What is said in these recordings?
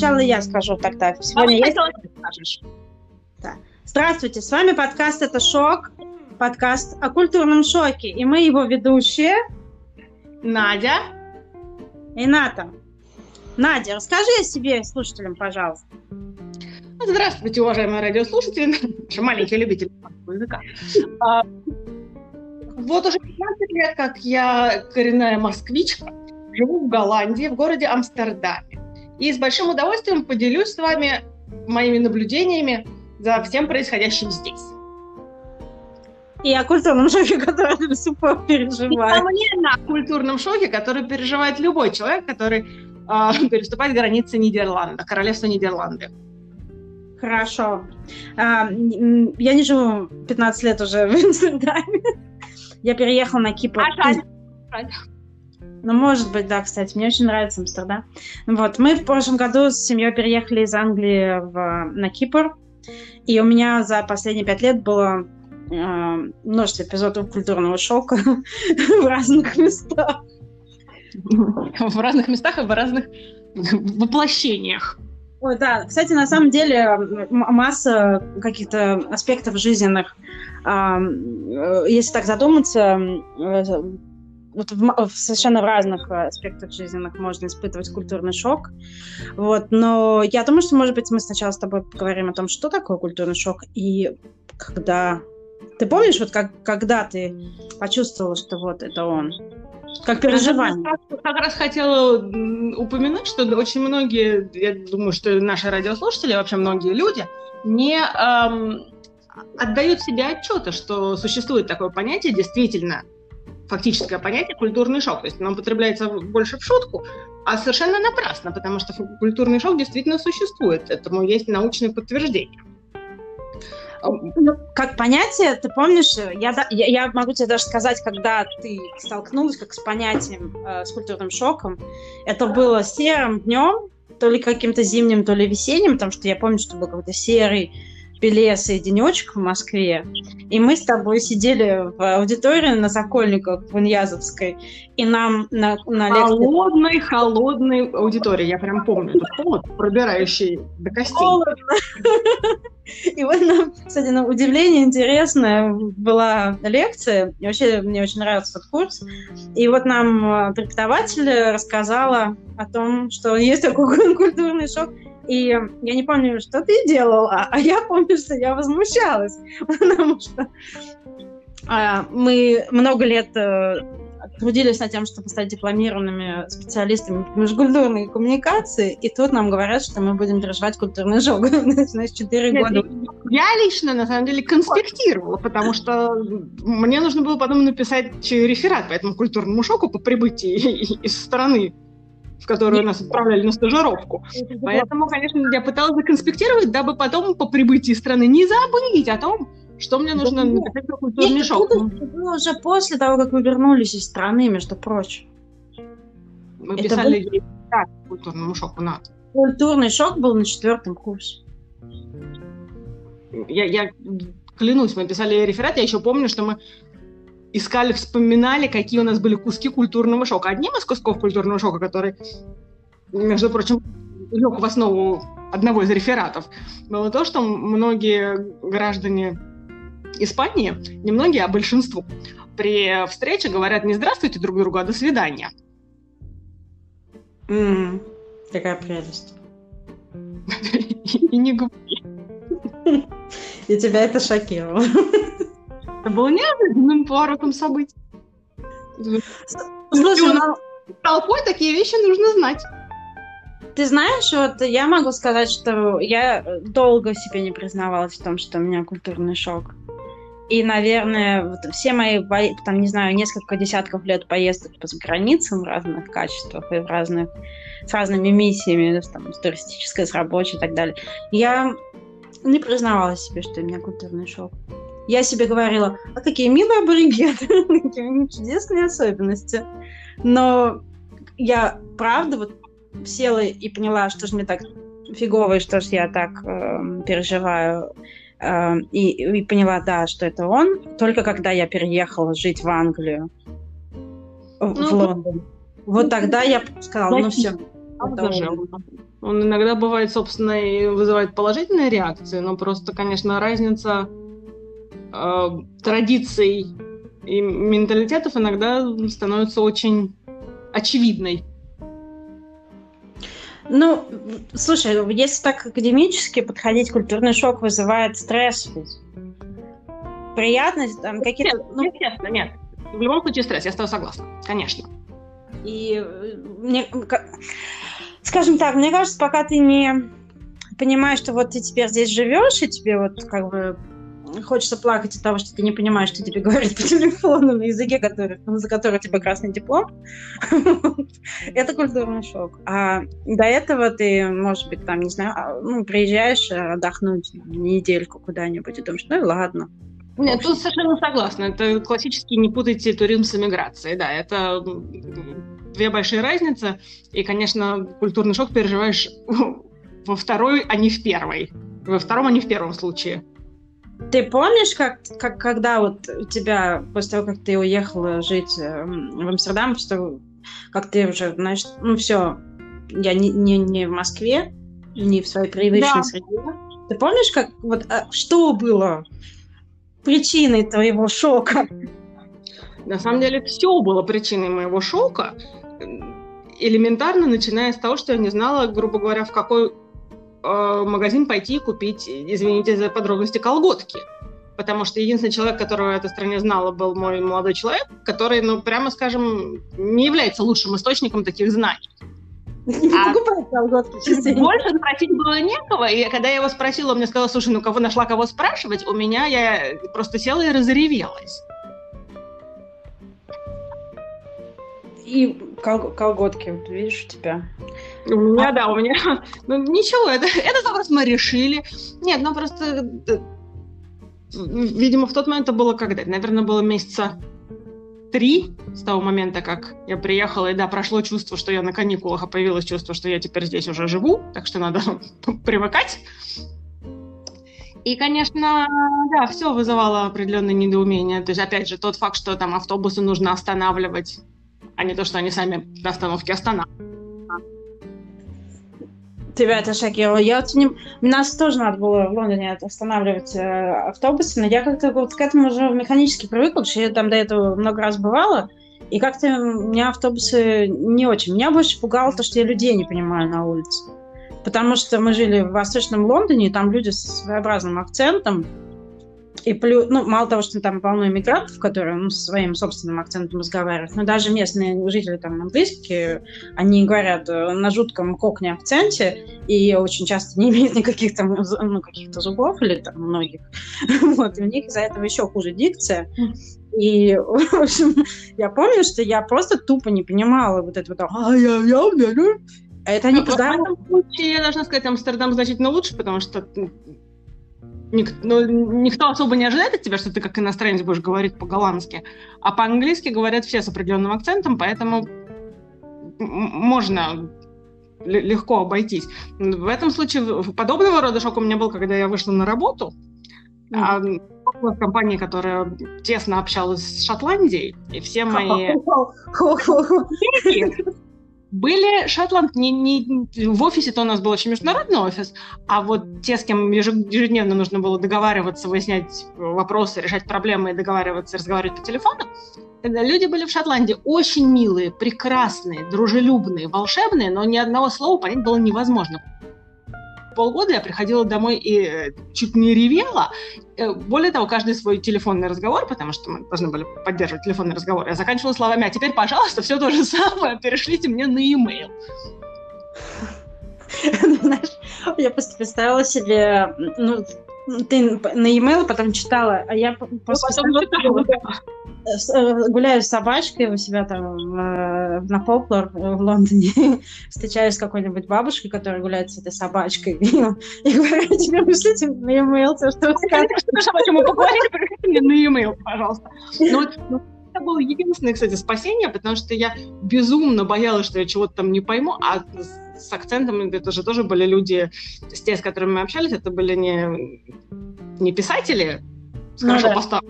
сначала я скажу тогда. Сегодня есть... скажешь. Да. Здравствуйте, с вами подкаст «Это шок», подкаст о культурном шоке. И мы его ведущие Надя и Ната. Надя, расскажи о себе слушателям, пожалуйста. Здравствуйте, уважаемые радиослушатели, наши маленькие любители языка. Вот уже 15 лет, как я коренная москвичка, живу в Голландии, в городе Амстердаме. И с большим удовольствием поделюсь с вами моими наблюдениями за всем происходящим здесь. И о культурном шоке, который ты до сих пор переживаешь. Несомненно, о культурном шоке, который переживает любой человек, который переступает границы Нидерланда, королевства Нидерланды. Хорошо. Я не живу 15 лет уже в Амстердаме. Я переехала на Кипр. Жаль. Ну, может быть, да, кстати. Мне очень нравится Амстердам. Вот. Мы в прошлом году с семьей переехали из Англии на Кипр. И у меня за последние 5 лет было множество эпизодов культурного шока в разных местах. В разных местах и в разных воплощениях. Ой, да. Кстати, на самом деле масса каких-то аспектов жизненных, если так задуматься, вот в совершенно разных аспектах жизненных можно испытывать культурный шок. Вот. Но я думаю, что, может быть, мы сначала с тобой поговорим о том, что такое культурный шок и когда... Ты помнишь, вот когда ты почувствовала, что вот это он? Как переживание. Я как раз хотела упомянуть, что очень многие, я думаю, что наши радиослушатели, вообще многие люди, не отдают себе отчета, что существует такое понятие, действительно, фактическое понятие культурный шок. То есть оно употребляется больше в шутку, а совершенно напрасно, потому что культурный шок действительно существует. Этому есть научное подтверждение. Как понятие, ты помнишь, я могу тебе даже сказать, когда ты столкнулась как с понятием, с культурным шоком, это было серым днем, то ли каким-то зимним, то ли весенним, потому что я помню, что был какой-то серый, белесый денечек в Москве, и мы с тобой сидели в аудитории на Сокольниках в Иньязовской, и нам на лекции... Холодной аудитории, я прям помню, этот холод, пробирающий до костей. Холодно. И вот нам, кстати, на удивление интересная была лекция, и вообще мне очень нравится этот курс, и вот нам преподаватель рассказала о том, что есть такой культурный шок. И я не помню, что ты делала, а я помню, что я возмущалась, потому что мы много лет трудились над тем, чтобы стать дипломированными специалистами по межкультурной коммуникации, и тут нам говорят, что мы будем переживать культурный шок. Значит, 4 года. Я лично, на самом деле, конспектировала, потому что мне нужно было потом написать реферат по этому культурному шоку по прибытии из страны, в которую нас отправляли на стажировку. Поэтому, конечно, я пыталась законспектировать, дабы потом по прибытии страны не забыть о том, что мне нужно написать про культурный шок. Это было уже после того, как мы вернулись из страны, между прочим. Мы писали реферат по культурному шоку, Над. Культурный шок был на 4 курсе. Я клянусь, мы писали реферат, я еще помню, что мы искали, вспоминали, какие у нас были куски культурного шока. Одним из кусков культурного шока, который, между прочим, лег в основу одного из рефератов, было то, что многие граждане Испании, не многие, а большинство, при встрече говорят не «здравствуйте» друг другу, а «до свидания». Какая прелесть. И не говори. И тебя это шокировало. Это было неожиданным поворотом событий. Слушай, толпой такие вещи нужно знать. Ты знаешь, вот я могу сказать, что я долго себе не признавалась в том, что у меня культурный шок. И, наверное, вот все мои, там, не знаю, несколько десятков лет поездок по заграницам в разных качествах и с разными миссиями, там, с туристической, с рабочей и так далее, я не признавалась себе, что у меня культурный шок. Я себе говорила, а какие милые аборигены, какие у них чудесные особенности. Но я, правда, вот села и поняла, что же мне так фигово, и что же я так переживаю. И поняла, да, что это он, только когда я переехала жить в Англию, в Лондон. Вот тогда я сказала, ну все. правда же. Он иногда бывает, собственно, и вызывает положительные реакции, но просто, конечно, разница традиций и менталитетов иногда становится очень очевидной. Ну, слушай, если так академически подходить, культурный шок вызывает стресс. Приятность, там какие-то... Естественно, нет. В любом случае стресс, я с тобой согласна, конечно. И скажем так, мне кажется, пока ты не понимаешь, что вот ты теперь здесь живешь, и тебе вот как бы хочется плакать от того, что ты не понимаешь, что тебе говорят по телефону на языке, за который у тебя красный диплом, это культурный шок. А до этого ты, может быть, там, не знаю, приезжаешь отдохнуть недельку куда-нибудь и думаешь, ну и ладно. Нет, тут совершенно согласна. Это классически не путайте туризм с эмиграцией. Да, это две большие разницы. И, конечно, культурный шок переживаешь во второй, а не в первой. Во втором, а не в первом случае. Ты помнишь, когда вот у тебя, после того, как ты уехала жить в Амстердам, что как ты уже, знаешь, ну все, я не в Москве, не в своей привычной среде. Ты помнишь, что было причиной твоего шока? На самом деле все было причиной моего шока. Элементарно, начиная с того, что я не знала, грубо говоря, в какой магазин пойти и купить, извините за подробности, колготки. Потому что единственный человек, которого я в этой стране знала, был мой молодой человек, который, ну, прямо скажем, не является лучшим источником таких знаний. Больше спросить было некого, и когда я его спросила, он мне сказал, слушай, ну кого нашла, кого спрашивать, я просто села и разревелась. И колготки, вот видишь, у тебя. У меня. Ну, ничего, это вопрос мы решили. Нет, ну просто, видимо, в тот момент это было когда? Наверное, было месяца 3 с того момента, как я приехала, и да, прошло чувство, что я на каникулах, а появилось чувство, что я теперь здесь уже живу, так что надо привыкать. И, конечно, да, все вызывало определенное недоумение. То есть, опять же, тот факт, что там автобусы нужно останавливать, а не то, что они сами на остановке останавливают. Тебя это шокировало. Нас тоже надо было в Лондоне останавливать автобусы, но я как-то вот к этому уже механически привыкла, потому что я там до этого много раз бывала, и как-то у меня автобусы не очень. Меня больше пугало то, что я людей не понимаю на улице. Потому что мы жили в Восточном Лондоне, и там люди с своеобразным акцентом. И мало того, что там полно иммигрантов, которые со своим собственным акцентом разговаривают, но даже местные жители там английские, они говорят на жутком кокни-акценте и очень часто не имеют никаких там, каких-то зубов или там многих. Вот, и у них из-за этого еще хуже дикция. И, в общем, я помню, что я просто тупо не понимала вот это вот это не поздравляю. В этом случае, я должна сказать, Амстердам значительно лучше, потому что никто особо не ожидает от тебя, что ты как иностранец будешь говорить по-голландски, а по-английски говорят все с определенным акцентом, поэтому можно легко обойтись. В этом случае подобного рода шок у меня был, когда я вышла на работу в компании, которая тесно общалась с Шотландией, и все мои были шотландцы. В офисе-то у нас был очень международный офис, а вот те, с кем ежедневно нужно было договариваться, выяснять вопросы, решать проблемы и договариваться, разговаривать по телефону, тогда люди были в Шотландии очень милые, прекрасные, дружелюбные, волшебные, но ни одного слова понять было невозможно. Полгода я приходила домой и чуть не ревела. Более того, каждый свой телефонный разговор, потому что мы должны были поддерживать телефонный разговор, я заканчивала словами: а теперь, пожалуйста, все то же самое, перешлите мне на e-mail. Знаешь, я просто представила себе, ты на e-mail потом читала, а я просто гуляю с собачкой у себя там на Поплар в Лондоне, встречаюсь с какой-нибудь бабушкой, которая гуляет с этой собачкой, и говорю: тебе пришлите на e-mail, что вы скажете. Почему поговорили, пришлите мне на e-mail, пожалуйста. Это было единственное, кстати, спасение, потому что я безумно боялась, что я чего-то там не пойму, а с акцентом это же тоже были люди, с теми, с которыми мы общались, это были не писатели с хорошо поставленными,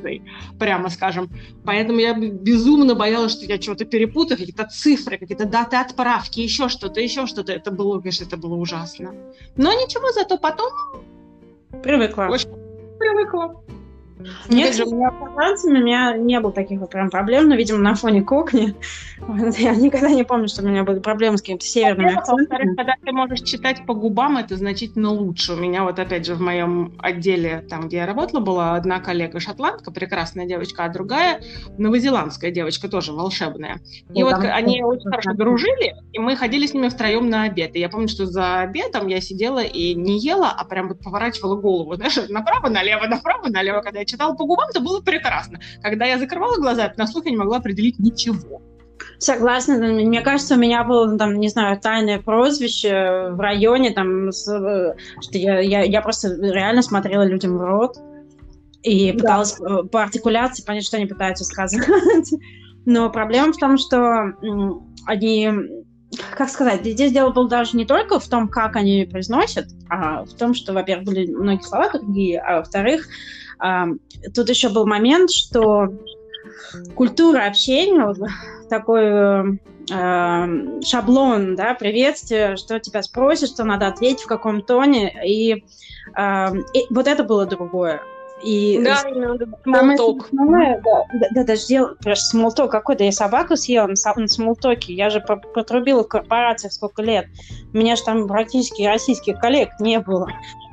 информацией, прямо скажем. Поэтому я безумно боялась, что я чего-то перепутаю, какие-то цифры, какие-то даты отправки, еще что-то. Это было, конечно, это было ужасно. Но ничего, зато потом Привыкла. очень привыкла. Нет, у меня не было таких вот прям проблем, но, видимо, на фоне кухни я никогда не помню, что у меня были проблемы с какими-то северными акцентами. Когда ты можешь читать по губам, это значительно лучше. У меня вот, опять же, в моем отделе, там, где я работала, была одна коллега-шотландка, прекрасная девочка, а другая новозеландская девочка, тоже волшебная. И вот они очень хорошо дружили, и мы ходили с ними втроем на обед. И я помню, что за обедом я сидела и не ела, а прям вот поворачивала голову, знаешь, направо-налево, когда я читала по губам, то было прекрасно. Когда я закрывала глаза, на слух я не могла определить ничего. Согласна. Мне кажется, у меня было, там, не знаю, тайное прозвище в районе, там, что я просто реально смотрела людям в рот и пыталась по артикуляции понять, что они пытаются сказать. Но проблема в том, что они... Как сказать, здесь дело было даже не только в том, как они произносят, а в том, что, во-первых, были многие слова другие, а во-вторых, тут еще был момент, что культура общения, такой шаблон, да, приветствие, что тебя спросят, что надо ответить, в каком тоне, и вот это было другое. И смолток. Даже дело, просто смолток какой-то. Я собаку съела на смолтоке. Я же протрубила в корпорациях сколько лет. У меня же там практически российских коллег не было.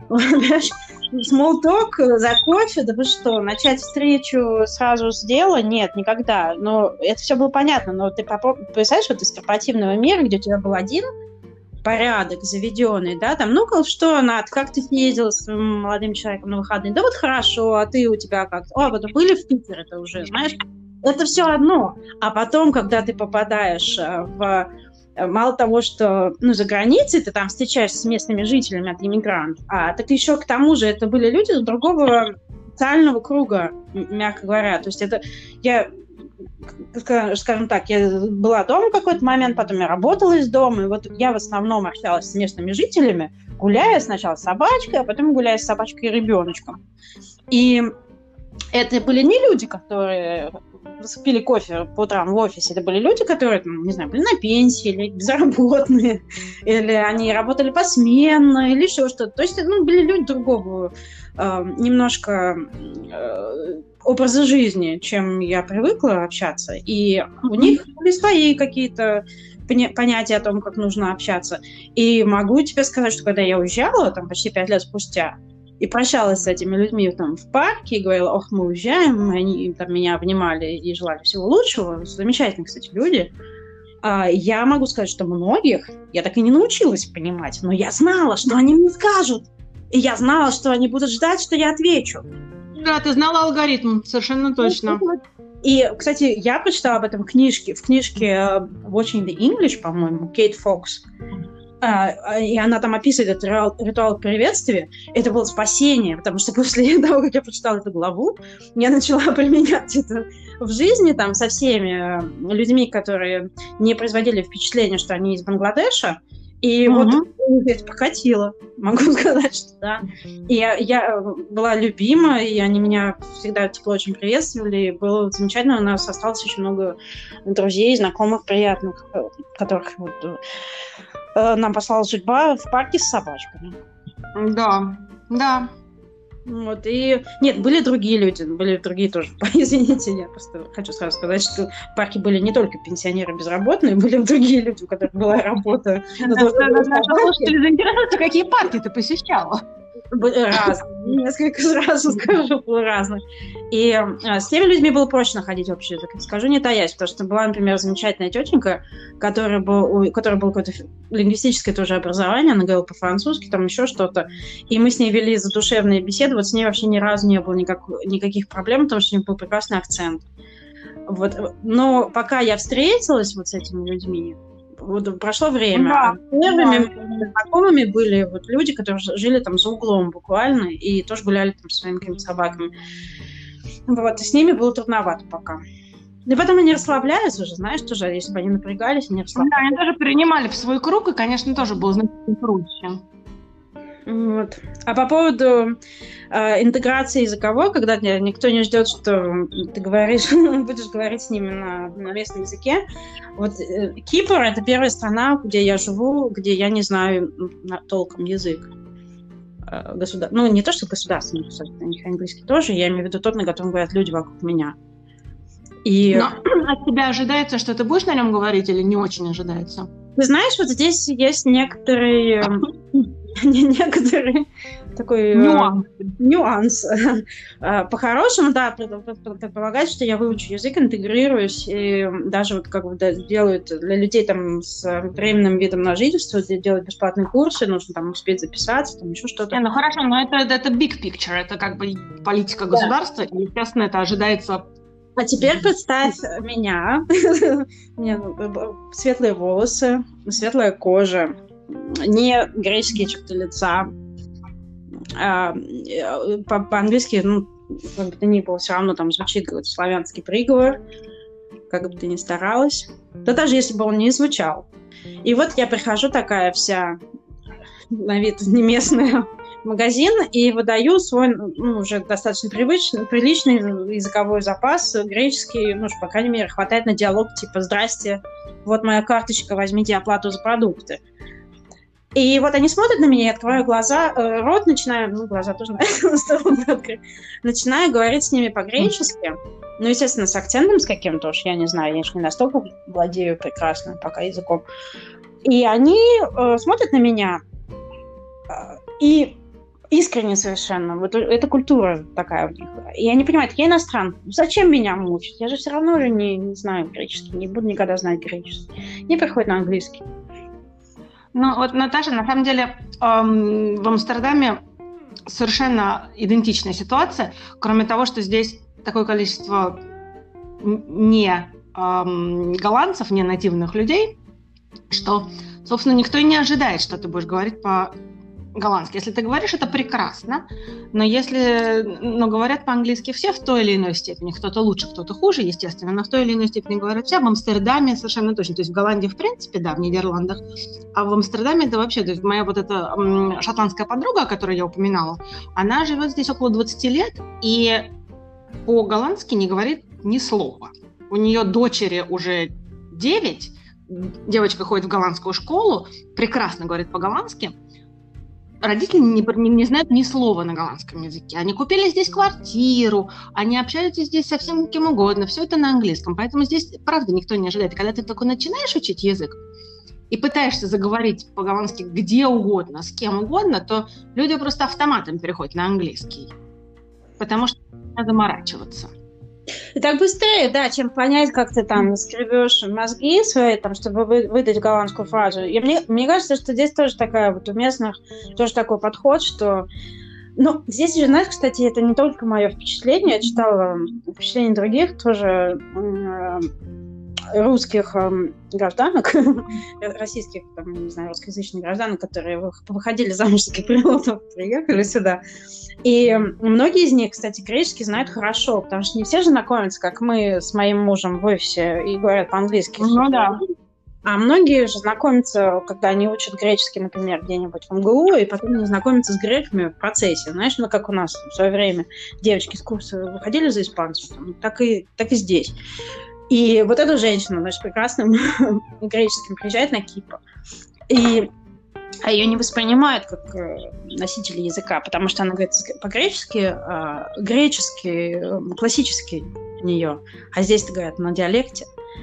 Смолток за кофе, да вы что, начать встречу сразу с дела? Нет, никогда. Но это все было понятно. Но ты представляешь, вот из корпоративного мира, где у тебя был один порядок заведенный, да, там, ну-ка, что, Над, как ты ездила с молодым человеком на выходные? Да вот хорошо, а ты у тебя как-то... вот были в Питере-то уже, знаешь? Это все одно. А потом, когда ты попадаешь в... Мало того, что, за границей ты там встречаешься с местными жителями от иммигрантов, так еще к тому же это были люди из другого социального круга, мягко говоря. То есть это... Скажем так, я была дома в какой-то момент, потом я работала из дома, и вот я в основном общалась с местными жителями, гуляя сначала с собачкой, а потом гуляя с собачкой и ребеночком. И это были не люди, которые пили кофе по утрам в офисе, это были люди, которые, не знаю, были на пенсии, или безработные, или они работали посменно, или еще что-то. То есть, были люди другого немножко образа жизни, чем я привыкла общаться. И у них были свои какие-то понятия о том, как нужно общаться. И могу тебе сказать, что когда я уезжала, там, почти 5 лет спустя, и прощалась с этими людьми там, в парке, и говорила, мы уезжаем, они там, меня обнимали и желали всего лучшего. Замечательные, кстати, люди. Я могу сказать, что многих я так и не научилась понимать, но я знала, что они мне скажут. И я знала, что они будут ждать, что я отвечу. Да, ты знала алгоритм, совершенно точно. И, кстати, я прочитала об этом в книжке Watching the English, по-моему, Кейт Фокс. И она там описывает этот ритуал приветствия. Это было спасение, потому что после того, как я прочитала эту главу, я начала применять это в жизни там, со всеми людьми, которые не производили впечатления, что они из Бангладеша. И вот это покатило, могу сказать, что да. И я была любима, и они меня всегда тепло очень приветствовали. И было замечательно, у нас осталось очень много друзей, знакомых, приятных, которых нам послала судьба в парке с собачками. Да. Вот, и... Нет, были другие люди, были другие тоже. Извините, я просто хочу сразу сказать, что в парке были не только пенсионеры безработные, были другие люди, у которых была работа. Наши слушатели заинтересуются, какие парки ты посещала? Разные. Несколько сразу скажу, было разных. И с теми людьми было проще находить общий язык. Скажу не таясь, потому что была, например, замечательная тетенька, у которой было какое-то лингвистическое тоже образование, она говорила по-французски, там еще что-то. И мы с ней вели задушевные беседы. Вот с ней вообще ни разу не было никаких проблем, потому что у нее был прекрасный акцент. Вот. Но пока я встретилась вот с этими людьми, вот прошло время. Да, первыми знакомыми были вот люди, которые жили там за углом буквально, и тоже гуляли там со своими какими-то собаками. Вот, и с ними было трудновато пока. И потом они расслаблялись уже, знаешь, тоже, если бы они напрягались, они расслаблялись. Да, они тоже принимали в свой круг, и, конечно, тоже было значительно проще. Вот. А по поводу интеграции языковой, когда никто не ждет, что ты говоришь, будешь говорить с ними на местном языке. Вот Кипр — это первая страна, где я живу, где я не знаю толком язык. Ну, не то, что государственный, у них английский тоже, я имею в виду тот, на котором говорят люди вокруг меня. Но от тебя ожидается, что ты будешь на нем говорить, или не очень ожидается? Ты знаешь, вот здесь есть некоторый такой нюанс. По-хорошему, да, предполагать, что я выучу язык, интегрируюсь, и даже вот как бы делают для людей там с временным видом на жительство, делают бесплатные курсы, нужно там успеть записаться, там еще что-то. Ну хорошо, но это big picture, это как бы политика государства, и, естественно, это ожидается. А теперь представь меня, светлые волосы, светлая кожа, не греческие черты лица. По-английски, ну, как бы то ни было, все равно там звучит какой-то славянский приговор, как бы ты ни старалась. Да даже если бы он не звучал. И вот я прихожу такая вся, на вид не местная, в магазин и выдаю свой, ну, уже достаточно приличный языковой запас греческий, ну, по крайней мере, хватает на диалог типа «Здрасте, вот моя карточка, возьмите оплату за продукты». И вот они смотрят на меня, я открываю глаза, рот, начинаю, ну, глаза тоже начинаю говорить с ними по-гречески, ну, естественно, с акцентом с каким-то уж, я не знаю, я же не настолько владею прекрасно пока языком. И они смотрят на меня, и искренне совершенно. Вот это культура такая у них. И они понимают, я иностранка. Зачем меня мучить? Я же все равно уже не знаю греческий, не буду никогда знать греческий. Мне приходит на английский. Ну вот, Наташа, на самом деле в Амстердаме совершенно идентичная ситуация, кроме того, что здесь такое количество не голландцев, не нативных людей, что, собственно, никто и не ожидает, что ты будешь говорить по-голландски. Если ты говоришь, это прекрасно, но говорят по-английски все в той или иной степени. Кто-то лучше, кто-то хуже, естественно, но в той или иной степени говорят все. В Амстердаме совершенно точно. То есть в Голландии, в принципе, да, в Нидерландах, а в Амстердаме это вообще... То есть моя вот эта шотландская подруга, о которой я упоминала, она живет здесь около 20 лет и по-голландски не говорит ни слова. У нее дочери уже 9, девочка ходит в голландскую школу, прекрасно говорит по-голландски. Родители не знают ни слова на голландском языке. Они купили здесь квартиру, они общаются здесь со всем кем угодно, все это на английском. Поэтому здесь, правда, никто не ожидает. Когда ты только начинаешь учить язык и пытаешься заговорить по-голландски где угодно, с кем угодно, то люди просто автоматом переходят на английский. Потому что надо заморачиваться. И так быстрее, да, чем понять, как ты там скребешь мозги свои, там, чтобы выдать голландскую фразу. И мне кажется, что здесь тоже такая вот у местных тоже такой подход, что... Ну, здесь же, знаешь, кстати, это не только мое впечатление, я читала впечатления других тоже русских гражданок, российских, там, не знаю, русскоязычных гражданок, которые выходили замуж за киприотов, приехали сюда. И многие из них, кстати, греческий знают хорошо, потому что не все же знакомятся, как мы с моим мужем в офисе, и говорят по-английски. Ну да. А многие же знакомятся, когда они учат греческий, например, где-нибудь в МГУ, и потом они знакомятся с греками в процессе. Знаешь, ну как у нас в свое время девочки с курса выходили за испанцем, так и здесь. И вот эта женщина, значит, прекрасным греческим приезжает на Кипр, а ее не воспринимают как носитель языка, потому что она говорит по-гречески, греческий, классический у нее, а здесь говорят на диалекте.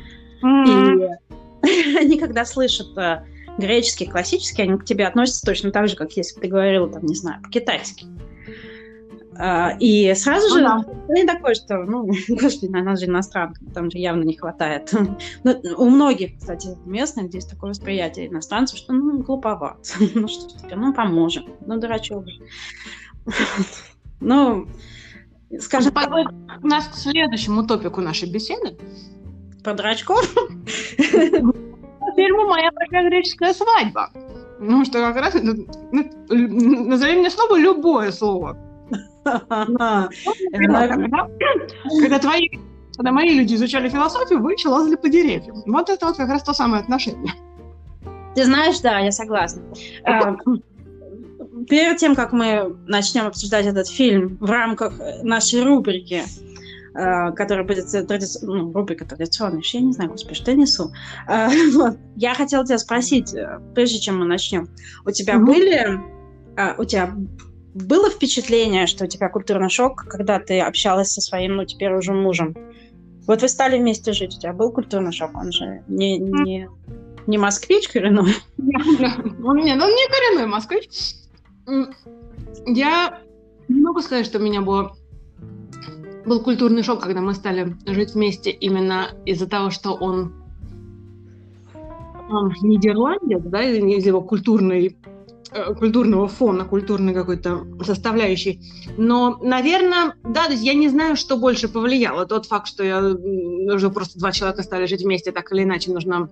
И они, когда слышат греческий, классический, они к тебе относятся точно так же, как если бы ты говорила, там, не знаю, по-китайски. И сразу же не такое, что, ну, господи, она же иностранка, там же явно не хватает. Но у многих, кстати, местных здесь такое восприятие иностранцев, что, ну, глуповат. Ну, что тебе, ну, поможем. Ну, дурачок. Ну, скажем так. У нас к следующему топику нашей беседы. Про дурачков? Фильму «Моя большая греческая свадьба». Ну, что как раз, назови мне слово любое слово. Когда мои люди изучали философию, вы еще лазали по деревьям. Вот это вот как раз то самое отношение. Ты знаешь, да, я согласна. перед тем, как мы начнем обсуждать этот фильм в рамках нашей рубрики, которая будет рубрика традиционная, я не знаю, господи, что я несу. Вот. Я хотела тебя спросить, прежде чем мы начнем, у тебя было впечатление, что у тебя культурный шок, когда ты общалась со своим, теперь уже мужем? Вот вы стали вместе жить, у тебя был культурный шок? Он же не москвич коренной? Он не коренной москвич. Я не могу сказать, что у меня был культурный шок, когда мы стали жить вместе именно из-за того, что он нидерландец, да, из его культурного фона, культурной какой-то составляющей. Но, наверное, да, то есть я не знаю, что больше повлияло. Тот факт, что уже просто два человека стали жить вместе, так или иначе нужно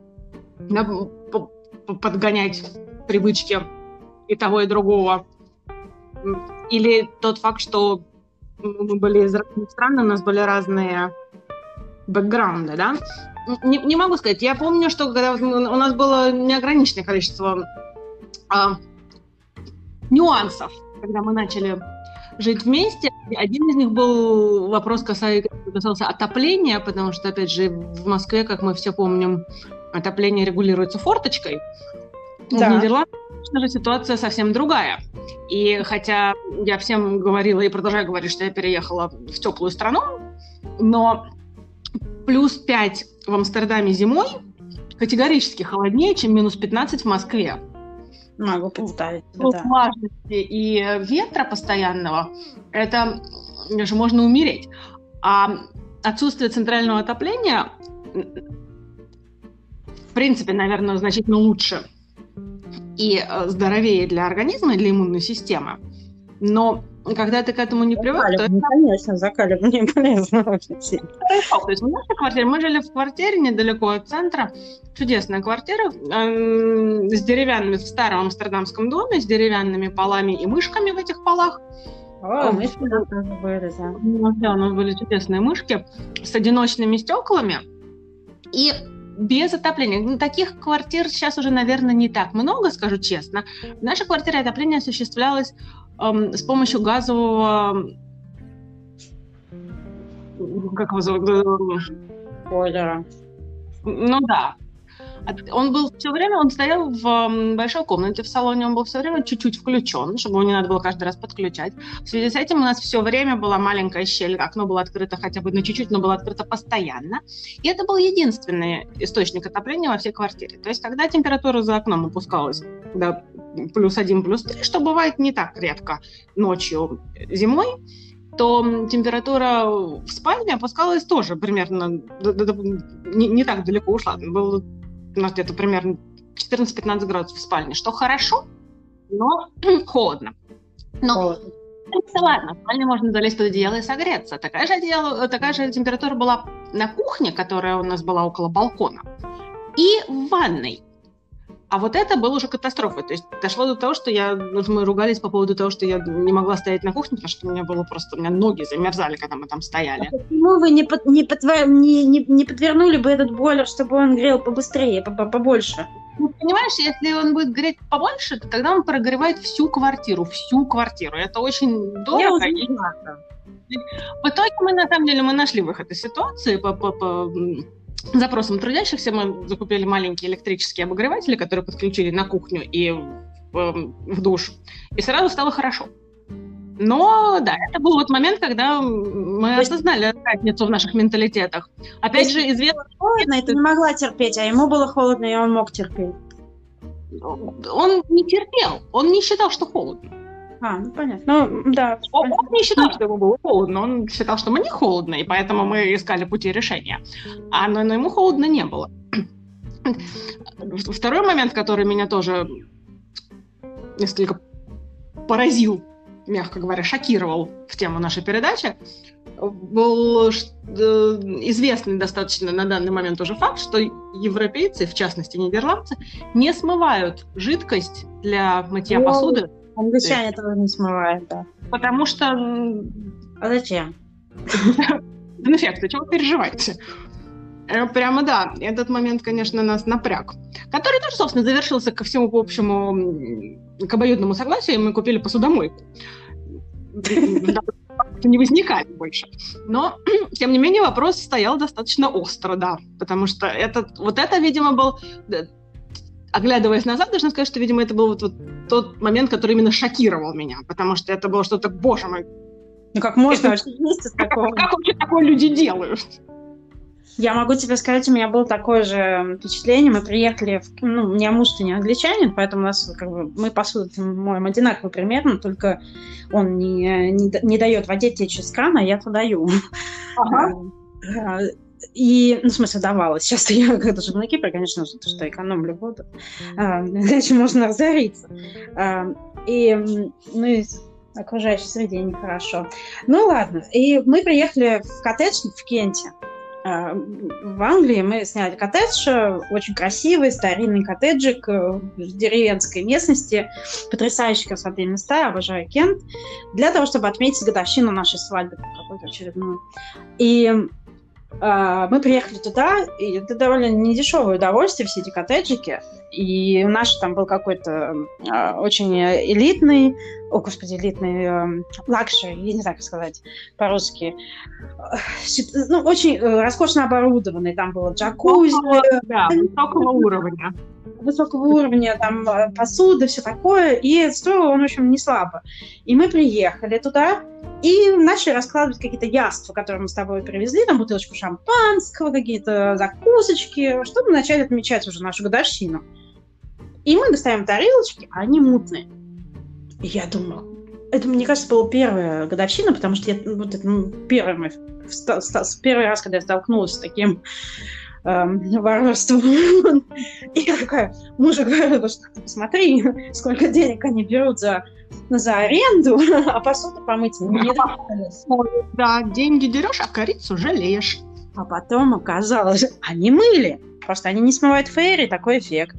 подгонять привычки и того, и другого. Или тот факт, что мы были из разных стран, у нас были разные бэкграунды, да? Не могу сказать. Я помню, что когда у нас было неограниченное количество нюансов, когда мы начали жить вместе. Один из них был вопрос, касался отопления, потому что, опять же, в Москве, как мы все помним, отопление регулируется форточкой. Да. В Нидерландах, конечно же, ситуация совсем другая. И хотя я всем говорила и продолжаю говорить, что я переехала в теплую страну, но плюс 5 в Амстердаме зимой категорически холоднее, чем минус 15 в Москве. Могу представить. Влажности и ветра постоянного, это даже можно умереть. А отсутствие центрального отопления, в принципе, наверное, значительно лучше и здоровее для организма и для иммунной системы. Но когда ты к этому не привык, то... Конечно, закаливание полезно очень сильно. То есть в нашей квартире, мы жили в квартире недалеко от центра, чудесная квартира с деревянными, в старом амстердамском доме, с деревянными полами и мышками в этих полах. Мышки тоже были, да. Да, у нас были чудесные мышки с одиночными стеклами и без отопления. Таких квартир сейчас уже, наверное, не так много, скажу честно. В нашей квартире отопление осуществлялось с помощью газового... Как его зовут? Бойлера. Ну да. Он был все время, он стоял в большой комнате в салоне, он был все время чуть-чуть включен, чтобы его не надо было каждый раз подключать. В связи с этим у нас все время была маленькая щель, окно было открыто хотя бы на чуть-чуть, но было открыто постоянно. И это был единственный источник отопления во всей квартире. То есть, когда температура за окном опускалась до +1, +3, что бывает не так редко ночью зимой, то температура в спальне опускалась тоже примерно, не так далеко ушла. Было у нас где-то примерно 14-15 градусов в спальне, что хорошо, но холодно. Но ладно, в спальне можно залезть под одеяло и согреться. Такая же температура была на кухне, которая у нас была около балкона, и в ванной. А вот это было уже катастрофой. То есть дошло до того, что мы ругались по поводу того, что я не могла стоять на кухне, потому что у меня ноги замерзали, когда мы там стояли. А почему вы не подвернули бы этот бойлер, чтобы он грел побыстрее, побольше? Ну, понимаешь, если он будет греть побольше, то тогда он прогревает всю квартиру. Это очень дорого. В итоге мы, на самом деле, нашли выход из ситуации по запросам трудящихся. Мы закупили маленькие электрические обогреватели, которые подключили на кухню и в душ. И сразу стало хорошо. Но, да, это был вот момент, когда мы осознали разницу в наших менталитетах. Опять же, известно... Холодно, и ты не могла терпеть, а ему было холодно, и он мог терпеть. Он не терпел, он не считал, что холодно. Ну понятно. Ну, да. Он не считал, что ему было холодно, он считал, что мне холодно, и поэтому мы искали пути решения. Но ему холодно не было. Второй момент, который меня тоже несколько поразил, мягко говоря, шокировал в тему нашей передачи, был известный достаточно на данный момент уже факт, что европейцы, в частности нидерландцы, не смывают жидкость для мытья посуды. Англичане тоже не смывают, да. Потому что... А зачем? Дезинфекция, чего вы переживаете? Прямо да, этот момент, конечно, нас напряг. Который тоже, собственно, завершился ко всему по общему, к обоюдному согласию, и мы купили посудомойку. Не возникали больше. Но, тем не менее, вопрос стоял достаточно остро, да, потому что это, видимо, был... Оглядываясь назад, должна сказать, что, видимо, это был вот тот момент, который именно шокировал меня, потому что это было что-то, боже мой. Ну как можно вообще вместе с такого? Как вообще такое люди делают? Я могу тебе сказать, у меня было такое же впечатление. Мы приехали, у меня муж-то не англичанин, поэтому у нас мы посуду моем одинаково примерно, только он не дает воде течь из крана, а я-то даю. И, в смысле, давала. Сейчас я, когда живу на Кипре, конечно же, что экономлю воду. Иначе можно разориться. И окружающей среде нехорошо. Ну, ладно. И мы приехали в коттедж в Кенте. В Англии мы сняли коттедж, очень красивый, старинный коттеджик в деревенской местности, потрясающие красоты места, обожаю Кент, для того, чтобы отметить годовщину нашей свадьбы какой-то очередную. И мы приехали туда, и это довольно недешевое удовольствие, все эти коттеджики. И наш там был какой-то очень элитный, элитный лакшери, я не знаю, как сказать по-русски. Очень роскошно оборудованный. Там было джакузи. Да, высокого уровня. Высокого уровня, там посуда, все такое. И стоил он, в общем, не слабо. И мы приехали туда и начали раскладывать какие-то яства, которые мы с тобой привезли, там бутылочку шампанского, какие-то закусочки, чтобы начать отмечать уже нашу годовщину. И мы достаем тарелочки, а они мутные. И я думаю, это, мне кажется, была первая годовщина, потому что первый раз, когда я столкнулась с таким варварством. И я такая, мужу говорю, что посмотри, сколько денег они берут за аренду, а посуду помыть не дают. Да, деньги дерешь, а корицу жалеешь. А потом оказалось, они мыли. Просто они не смывают фейри, такой эффект.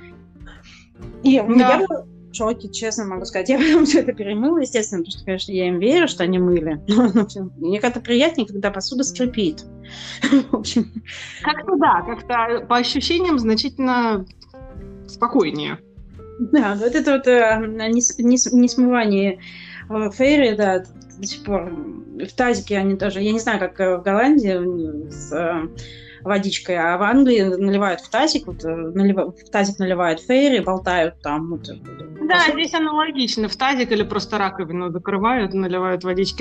И я была в шоке, честно могу сказать. Я потом все это перемыла, естественно, потому что, конечно, я им верю, что они мыли. Но мне как-то приятнее, когда посуда скрипит. В общем. Как-то по ощущениям значительно спокойнее. Да, вот это вот не смывание фейри, да, до сих пор в тазике они тоже, я не знаю, как в Голландии с водичкой, а в Англии наливают в тазик, в тазик наливают фейри, болтают там. Да, здесь аналогично, в тазик или просто раковину закрывают, наливают водички,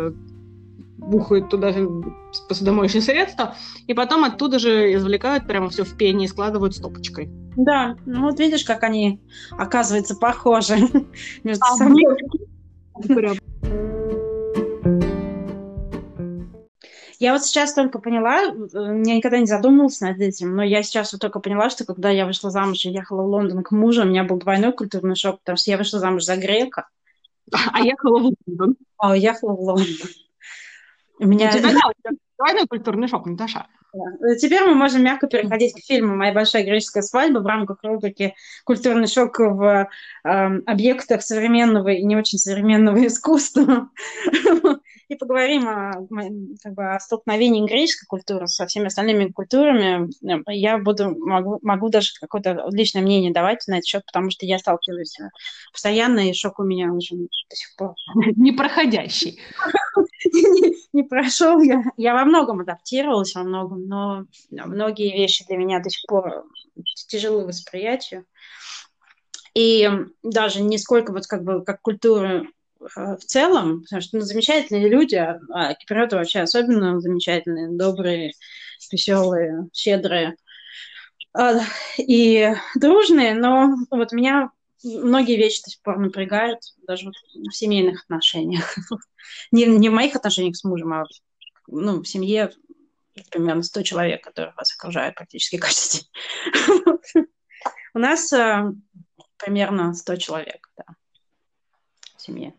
бухают туда посудомоечное средство, и потом оттуда же извлекают прямо все в пене и складывают стопочкой. Да, ну вот видишь, как они, оказывается, похожи между собой. Я вот сейчас только поняла, я никогда не задумывалась над этим, но я сейчас вот только поняла, что когда я вышла замуж и ехала в Лондон к мужу, у меня был двойной культурный шок, потому что я вышла замуж за грека. А ехала в Лондон. А ехала в Лондон. У тебя двойной культурный шок, Наташа. Да. Теперь мы можем мягко переходить к фильму «Моя большая греческая свадьба» в рамках рубрики «Культурный шок в объектах современного и не очень современного искусства». И поговорим о столкновении греческой культуры со всеми остальными культурами. Я могу даже какое-то личное мнение давать на этот счет, потому что я сталкиваюсь постоянно, и шок у меня уже до сих пор. Непроходящий. Не прошел. Я во многом адаптировалась, но многие вещи для меня до сих пор тяжелы восприятию. И даже не сколько как культура в целом, потому что замечательные люди, а киприоты вообще особенно замечательные, добрые, веселые, щедрые и дружные, но вот меня многие вещи до сих пор напрягают, даже в семейных отношениях. Не в моих отношениях с мужем, а в семье примерно 100 человек, которые вас окружают практически каждый день. У нас примерно 100 человек, да, в семье.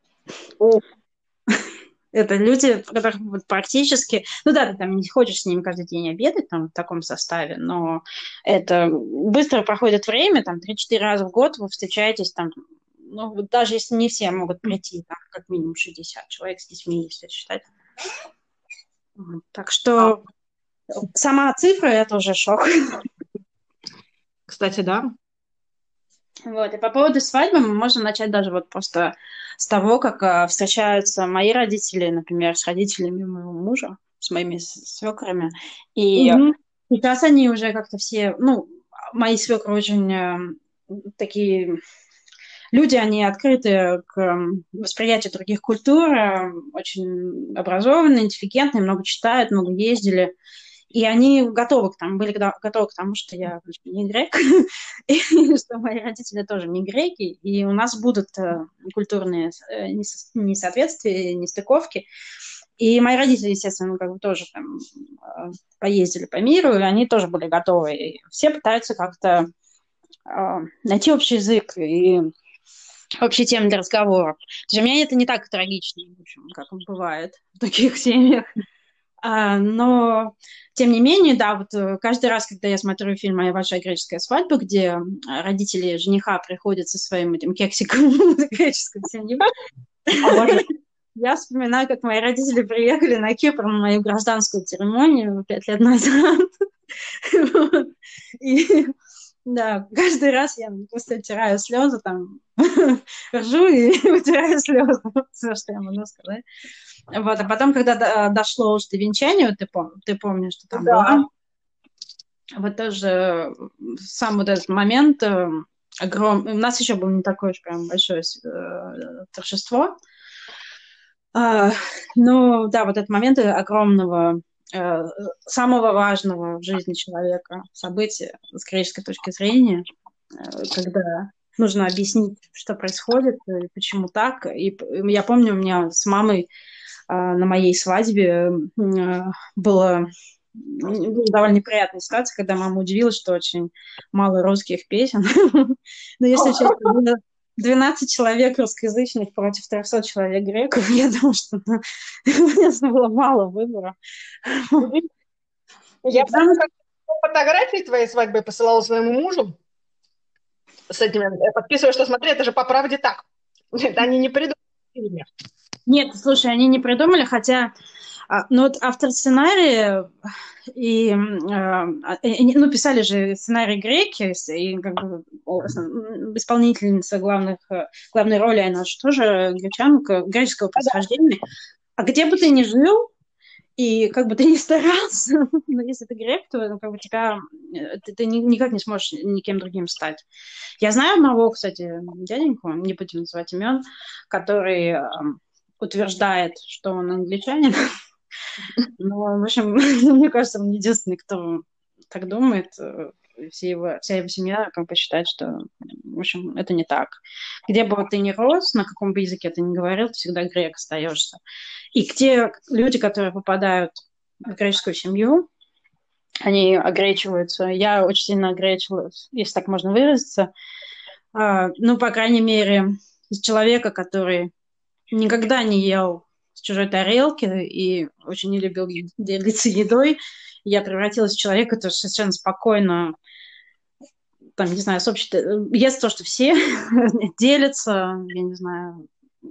Это люди, которых практически... Ну да, ты там не хочешь с ними каждый день обедать там, в таком составе, но это быстро проходит время, там 3-4 раза в год вы встречаетесь там, даже если не все могут прийти, там, как минимум 60 человек с детьми, если считать. Так что Сама цифра — это уже шок. Кстати, да. Вот. И по поводу свадьбы мы можем начать даже вот просто с того, как встречаются мои родители, например, с родителями моего мужа, с моими свекрами. И Мгм. сейчас они уже как-то все, ну, мои свекры очень такие люди, они открыты к восприятию других культур, очень образованные, интеллигентные, много читают, много ездили. И они готовы к тому, были готовы к тому, что я не грек, и что мои родители тоже не греки, и у нас будут культурные несоответствия, нестыковки. И мои родители, естественно, ну, как бы тоже там поездили по миру, и они тоже были готовы. И все пытаются как-то найти общий язык и общие темы для разговоров. Для меня это не так трагично, в общем, как бывает в таких семьях. Но, тем не менее, да, вот каждый раз, когда я смотрю фильм «Моя большая греческая свадьба», где родители жениха приходят со своим этим кексиком в греческую семью, Обожаю. я вспоминаю, как мои родители приехали на Кипр на мою гражданскую церемонию 5 лет назад. Вот. И да, каждый раз я просто утираю слезы, там, ржу и утираю слезы. Все, что я могу сказать. Вот, а потом, когда дошло уже до венчания, вот ты помнишь, что там была, Да. вот тоже сам вот этот момент огромный. У нас еще было не такое уж прям большое торжество. Но да, вот этот момент огромного, самого важного в жизни человека события с греческой точки зрения, когда нужно объяснить, что происходит, и почему так. И я помню, у меня с мамой на моей свадьбе была довольно неприятная ситуация, когда мама удивилась, что очень мало русских песен. Но если честно, было 12 человек русскоязычных против 300 человек греков. Я думаю, что у нас было мало выбора. И Я потому помню, как фотографии твоей свадьбы посылала своему мужу с этими, подписывая, что смотри, это же по правде так. Это они не придумали. Нет, слушай, они не придумали, хотя ну вот автор сценария и ну, писали же сценарий греки, и как бы исполнительница главной роли, она же тоже гречанка, греческого происхождения. А где бы ты ни жил, и как бы ты ни старался, но если ты грек, то ну, как бы тебя ты никак не сможешь никем другим стать. Я знаю одного, кстати, дяденьку, не будем называть имен, который утверждает, что он англичанин. Ну, в общем, мне кажется, он единственный, кто так думает. Вся его семья как бы считает, что, в общем, это не так. Где бы ты ни рос, на каком бы языке ты ни говорил, ты всегда грек остаешься. И те люди, которые попадают в греческую семью, они огречиваются. Я очень сильно огречивалась, если так можно выразиться. Ну, по крайней мере, из человека, который никогда не ел с чужой тарелки и очень не любил делиться едой, я превратилась в человека, который совершенно спокойно, там, не знаю, ест то, что все, делятся, я не знаю.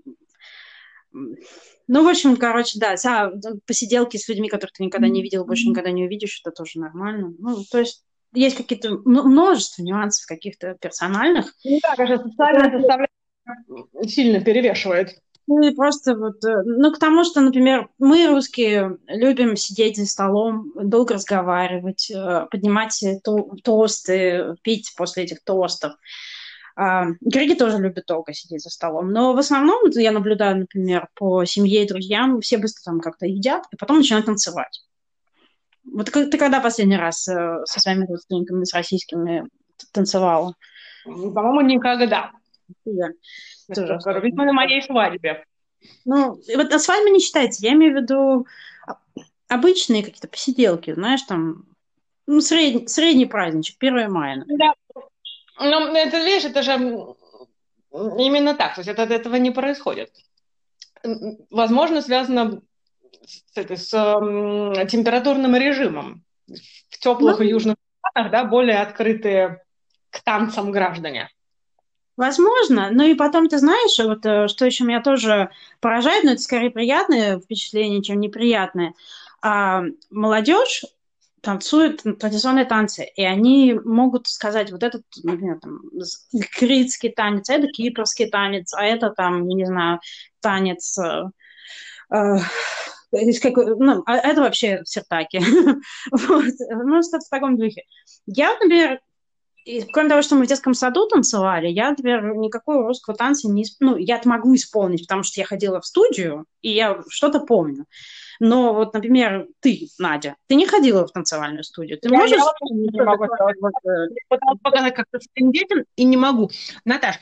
Ну, в общем, короче, да, посиделки с людьми, которых ты никогда не видел, больше никогда не увидишь, это тоже нормально. Ну, то есть есть какие-то множество нюансов каких-то персональных. Ну да, конечно, социальная составляющая сильно перевешивает. Ну и просто вот, ну, к тому, что, например, мы, русские, любим сидеть за столом, долго разговаривать, поднимать тосты, пить после этих тостов. Греки тоже любят долго сидеть за столом. Но в основном, вот я наблюдаю, например, по семье и друзьям, все быстро там как-то едят, и потом начинают танцевать. Вот ты когда последний раз со своими родственниками, с российскими танцевала? По-моему, никогда. Я тоже. Видимо, на моей свадьбе. Ну, вот на свадьбе не считается. Я имею в виду обычные какие-то посиделки, знаешь, там, ну, средний праздничек, 1 мая, например. Да. Ну, это, видишь, это же именно так. То есть это от этого не происходит. Возможно, связано с температурным режимом. В теплых и Ну, южных странах, да, более открытые к танцам граждане. возможно, но и потом, ты знаешь, вот что еще меня тоже поражает, но это скорее приятное впечатление, чем неприятное. Молодежь танцуют традиционные танцы, и они могут сказать, вот этот, например, там, критский танец, а это кипрский танец, а это там, я не знаю, танец, ну, а это вообще сиртаки. Вот. Ну, что-то в таком духе. Я, например, кроме того, что мы в детском саду танцевали, я, например, никакого русского танца не... Ну, я могу исполнить, потому что я ходила в студию, и я что-то помню. Но вот, например, ты, Надя, ты не ходила в танцевальную студию. Ты можешь... Я вообще не могу сделать. Я пыталась показать как-то своим детям и не могу. Наташ,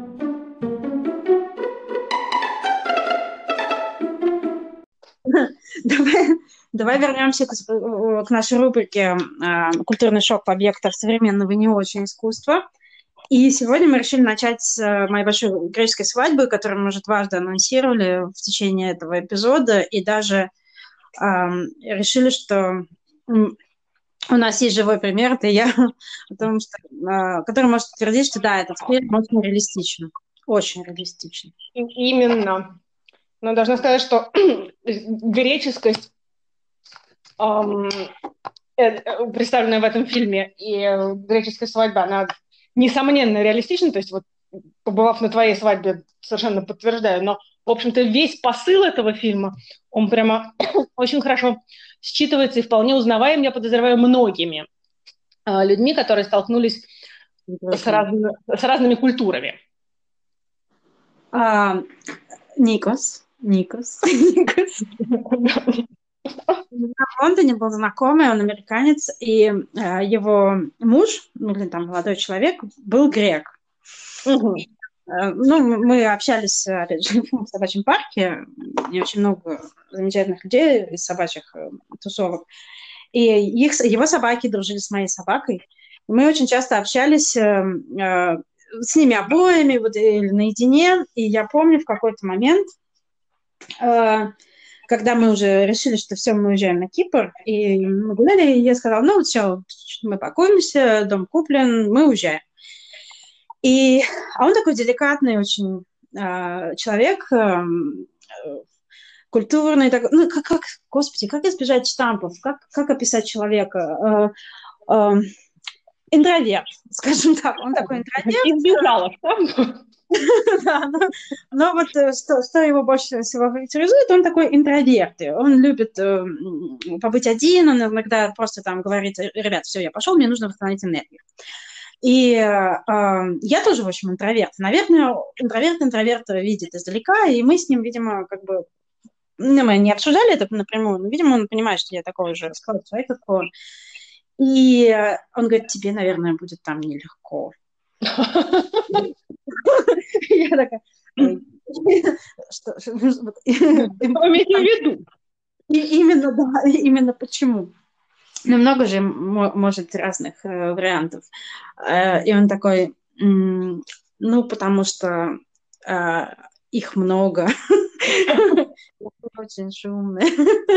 Давай вернемся к нашей рубрике «Культурный шок в объектах современного и не очень искусства». И сегодня мы решили начать с моей большой греческой свадьбы, которую мы уже дважды анонсировали в течение этого эпизода, и даже решили, что у нас есть живой пример, это я, потому что, который может утвердить, что да, этот фильм очень реалистичен. Очень реалистичен. именно. Но должна сказать, что греческость, представленная в этом фильме, и греческая свадьба, она несомненно реалистична. То есть вот, побывав на твоей свадьбе, совершенно подтверждаю. Но, в общем-то, весь посыл этого фильма, он прямо очень хорошо считывается и вполне узнаваем, я подозреваю, многими людьми, которые столкнулись с разными культурами. Никос. В Лондоне был знакомый, он американец, и его муж, ну, или там молодой человек, был грек. Ну, мы общались, опять же, в собачьем парке, и очень много замечательных людей из собачьих тусовок. И его собаки дружили с моей собакой. И мы очень часто общались с ними обоими, вот, или наедине. И я помню в какой-то момент, когда мы уже решили, что все, мы уезжаем на Кипр, и мы гуляли, и я сказала, ну, вот все, мы пакуемся, дом куплен, мы уезжаем. А он такой деликатный очень человек, культурный, такой, ну, господи, как избежать штампов, как описать человека? Интроверт, скажем так, он такой интроверт. Избежала штампов. Да, но вот что его больше всего характеризует, он такой интроверт. Он любит побыть один, он иногда просто там говорит, ребят, все, я пошел, мне нужно восстановить энергию. И я тоже, в общем, интроверт. Наверное, интроверт видит издалека, и мы с ним, видимо, как бы... Ну, мы не обсуждали это напрямую, но, видимо, он понимает, что я такого же склада человека, как он. И он говорит, тебе, наверное, будет там нелегко. Я такая... Что имеете в виду? Именно, да, именно почему. Но много же может разных вариантов. И он такой, ну, потому что их много. Очень шумные.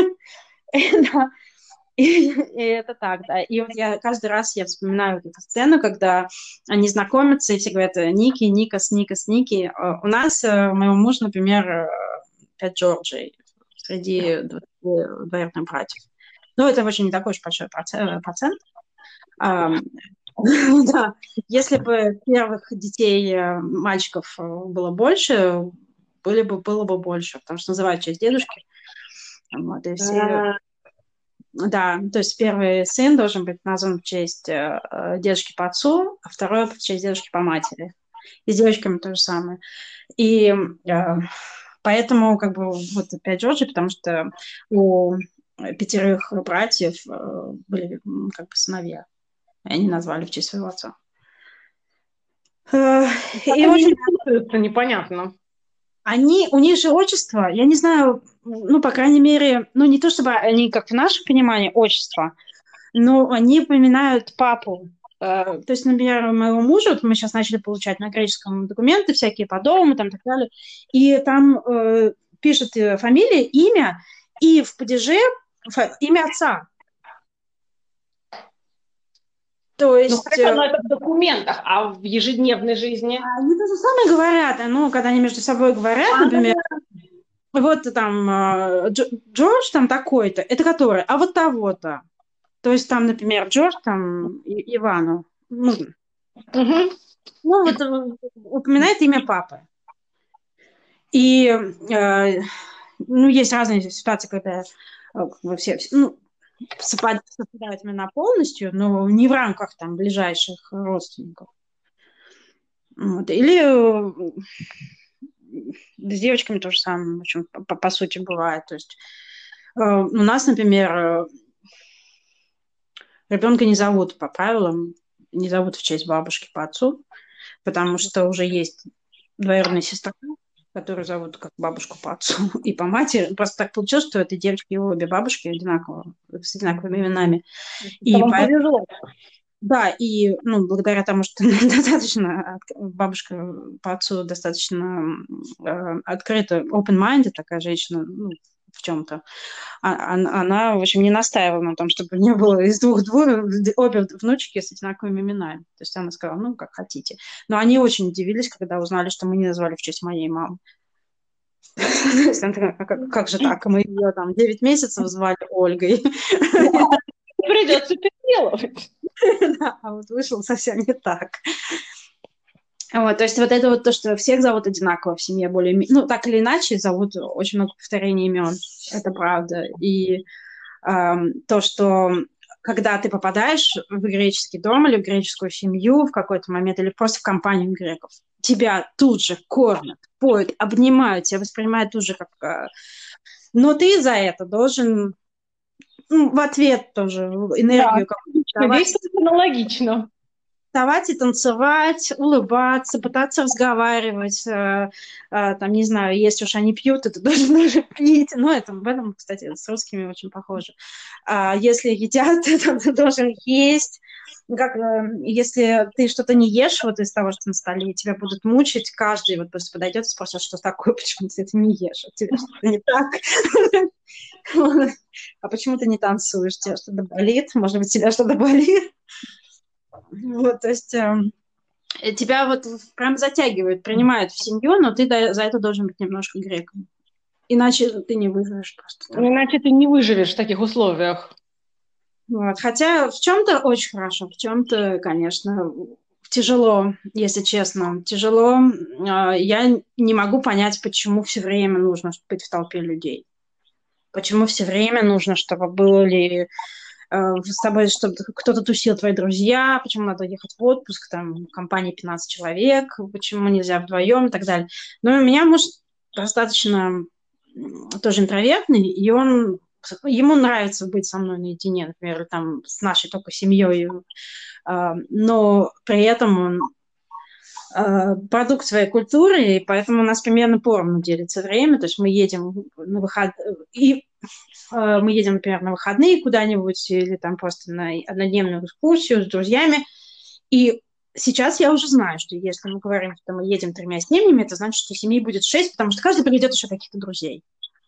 И это так, да. И вот каждый раз я вспоминаю эту сцену, когда они знакомятся, и все говорят Ники, Никос, Никос, Ники. У нас, моего мужа, например, 5 Джорджей среди двоюродных братьев. Ну, это очень не такой уж большой процент. Да. Если бы первых детей, мальчиков было больше, было бы больше, потому что называют в честь дедушки. Вот, и все... Да, то есть первый сын должен быть назван в честь дедушки по отцу, а второй в честь дедушки по матери. И с девочками то же самое. И поэтому как бы вот 5 Джорджи, потому что у 5 братьев были как бы сыновья. И они назвали в честь своего отца. И очень непонятно. У них же отчество, я не знаю, ну, по крайней мере, ну, не то чтобы они, как в нашем понимании, отчество, но они упоминают папу. То есть, например, моего мужа, вот мы сейчас начали получать на греческом документы всякие по дому, там, и так далее, и там пишут фамилия, имя, и в падеже имя отца. То есть... Ну, хорошо, это в документах, а в ежедневной жизни? Они то же самое говорят, ну, когда они между собой говорят, например, вот там Джордж там такой-то, это который, а вот того-то. То есть там, например, Джордж, там, Ивану, Мгм. вот упоминает имя папы. И, есть разные ситуации, когда как бы совпадают имена полностью, но не в рамках там ближайших родственников. Вот. Или с девочками то же самое, в общем, по сути, бывает. То есть у нас, например, ребенка не зовут по правилам, не зовут в честь бабушки по отцу, потому что уже есть двоюродная сестра, которую зовут как бабушку по отцу и по матери. Просто так получилось, что этой девочки и обе бабушки одинаково, с одинаковыми именами. Это И вам поэтому, повезло. да, и благодаря тому, что достаточно бабушка по отцу достаточно открыта, open-minded такая женщина, в чем-то. Она, в общем, не настаивала на том, чтобы не было из двух обе внучки с одинаковыми именами. То есть она сказала, как хотите. Но они очень удивились, когда узнали, что мы не назвали в честь моей мамы. То есть она такая, как же так? Мы ее там 9 месяцев звали Ольгой. Придется переделывать. Да, а вот вышло совсем не так. Вот, то есть вот это вот то, что всех зовут одинаково в семье более... так или иначе зовут очень много повторений имен. Это правда. И то, что когда ты попадаешь в греческий дом или в греческую семью в какой-то момент, или просто в компанию греков, тебя тут же кормят, поют, обнимают, тебя воспринимают тут же как... Но ты за это должен в ответ тоже Да, энергию какую-то давать. действует аналогично. Вставать и танцевать, улыбаться, пытаться разговаривать, там, не знаю, если уж они пьют, то ты должен уже пить. В этом, кстати, с русскими очень похоже. Если едят, то ты должен есть. Если ты что-то не ешь вот из того, что на столе, тебя будут мучить, каждый вот просто подойдет и спросит, что такое, почему ты это не ешь, у тебя что-то не так. А почему ты не танцуешь, тебя что-то болит, может быть, тебя что-то болит. То есть тебя вот прям затягивают, принимают в семью, но ты за это должен быть немножко греком. Иначе ты не выживешь просто там. Иначе ты не выживешь в таких условиях. Хотя в чем-то очень хорошо, в чем-то, конечно, тяжело, если честно. Тяжело. Я не могу понять, почему все время нужно быть в толпе людей. Почему все время нужно, чтобы были с тобой, чтобы кто-то тусил, твои друзья, почему надо ехать в отпуск, там, в компании 15 человек, почему нельзя вдвоем и так далее. Но у меня муж достаточно тоже интровертный, и ему нравится быть со мной наедине, например, там, с нашей только семьей, но при этом он продукт своей культуры, и поэтому у нас примерно поровну делится время, то есть мы едем на выходные, мы едем, например, на выходные куда-нибудь или там просто на однодневную экскурсию с друзьями. И сейчас я уже знаю, что если мы говорим, что мы едем 3 семьями, это значит, что семьи будет 6, потому что каждый приведет еще каких-то друзей.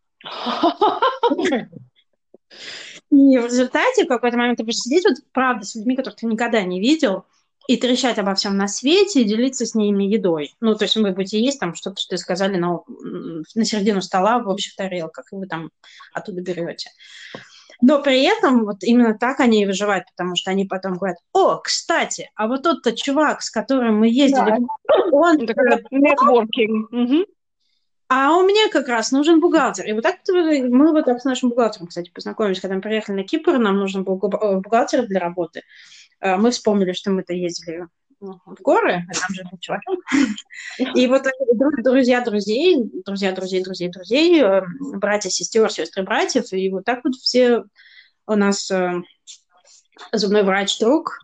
И в результате в какой-то момент ты будешь сидеть, вот правда, с людьми, которых ты никогда не видел, и трещать обо всем на свете, и делиться с ними едой. То есть вы будете есть там что-то, что сказали на середину стола в общих тарелках, и вы там оттуда берете. Но при этом вот именно так они и выживают, потому что они потом говорят, кстати, а вот тот-то чувак, с которым мы ездили, он... Это как нетворкинг. А у меня как раз нужен бухгалтер. И вот так мы вот так с нашим бухгалтером, кстати, познакомились, когда мы приехали на Кипр, нам нужен был бухгалтер для работы. Мы вспомнили, что мы-то ездили в горы, а там же был чувак. И вот друзья друзей, братья сестер, сестры братьев, и вот так вот все у нас зубной врач друг,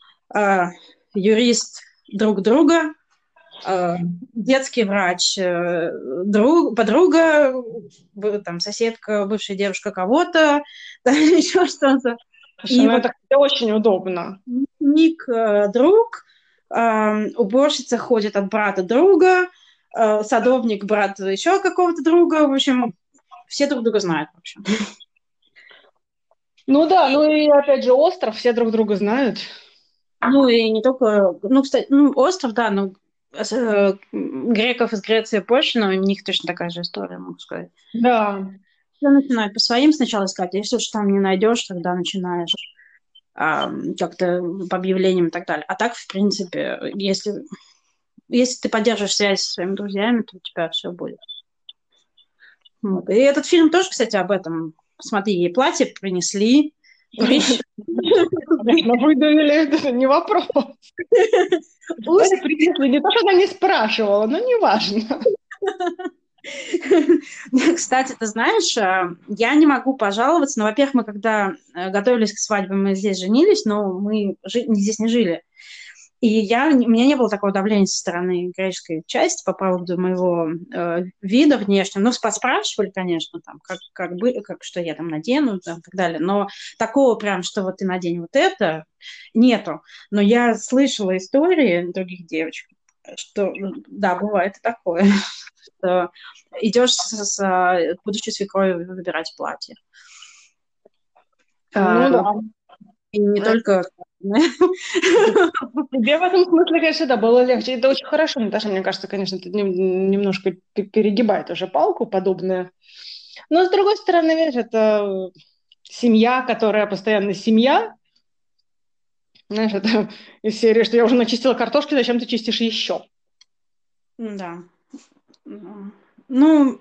юрист друг друга, детский врач подруга, там соседка, бывшая девушка кого-то, там еще что-то. И это очень удобно. Ник друг, уборщица ходит от брата друга, садовник брат еще какого-то друга, в общем, все друг друга знают, в общем. И опять же остров, все друг друга знают. И не только, кстати, остров, да, но греков из Греции больше, но у них точно такая же история, могу сказать. Да. Я начинаю по своим сначала искать, если уж там не найдешь, тогда начинаешь как-то по объявлениям и так далее. А так, в принципе, если ты поддерживаешь связь со своими друзьями, то у тебя все будет. Вот. И этот фильм тоже, кстати, об этом. Смотри, ей платье принесли, вещи. Конечно, выдавили, это не вопрос. Оля принесла, не то, что она не спрашивала, но неважно. Кстати, ты знаешь, я не могу пожаловаться, но, во-первых, мы когда готовились к свадьбе, мы здесь женились, но мы здесь не жили. И у меня не было такого давления со стороны греческой части по поводу моего вида внешнего. Ну, поспрашивали, конечно, там, что я там надену, там, и так далее. Но такого прям, что вот ты надень вот это, нету. Но я слышала истории других девочек, что, да, бывает и такое, что идешь с будущей свекровью выбирать платье. Ну да. И не только... Тебе в этом смысле, конечно, да, было легче. Это очень хорошо, Наташа, мне кажется, конечно, ты немножко перегибает уже палку подобное. Но, с другой стороны, видишь, это семья, которая постоянно семья. Знаешь, это из серии, что я уже начистила картошки, зачем ты чистишь еще? Да. Ну,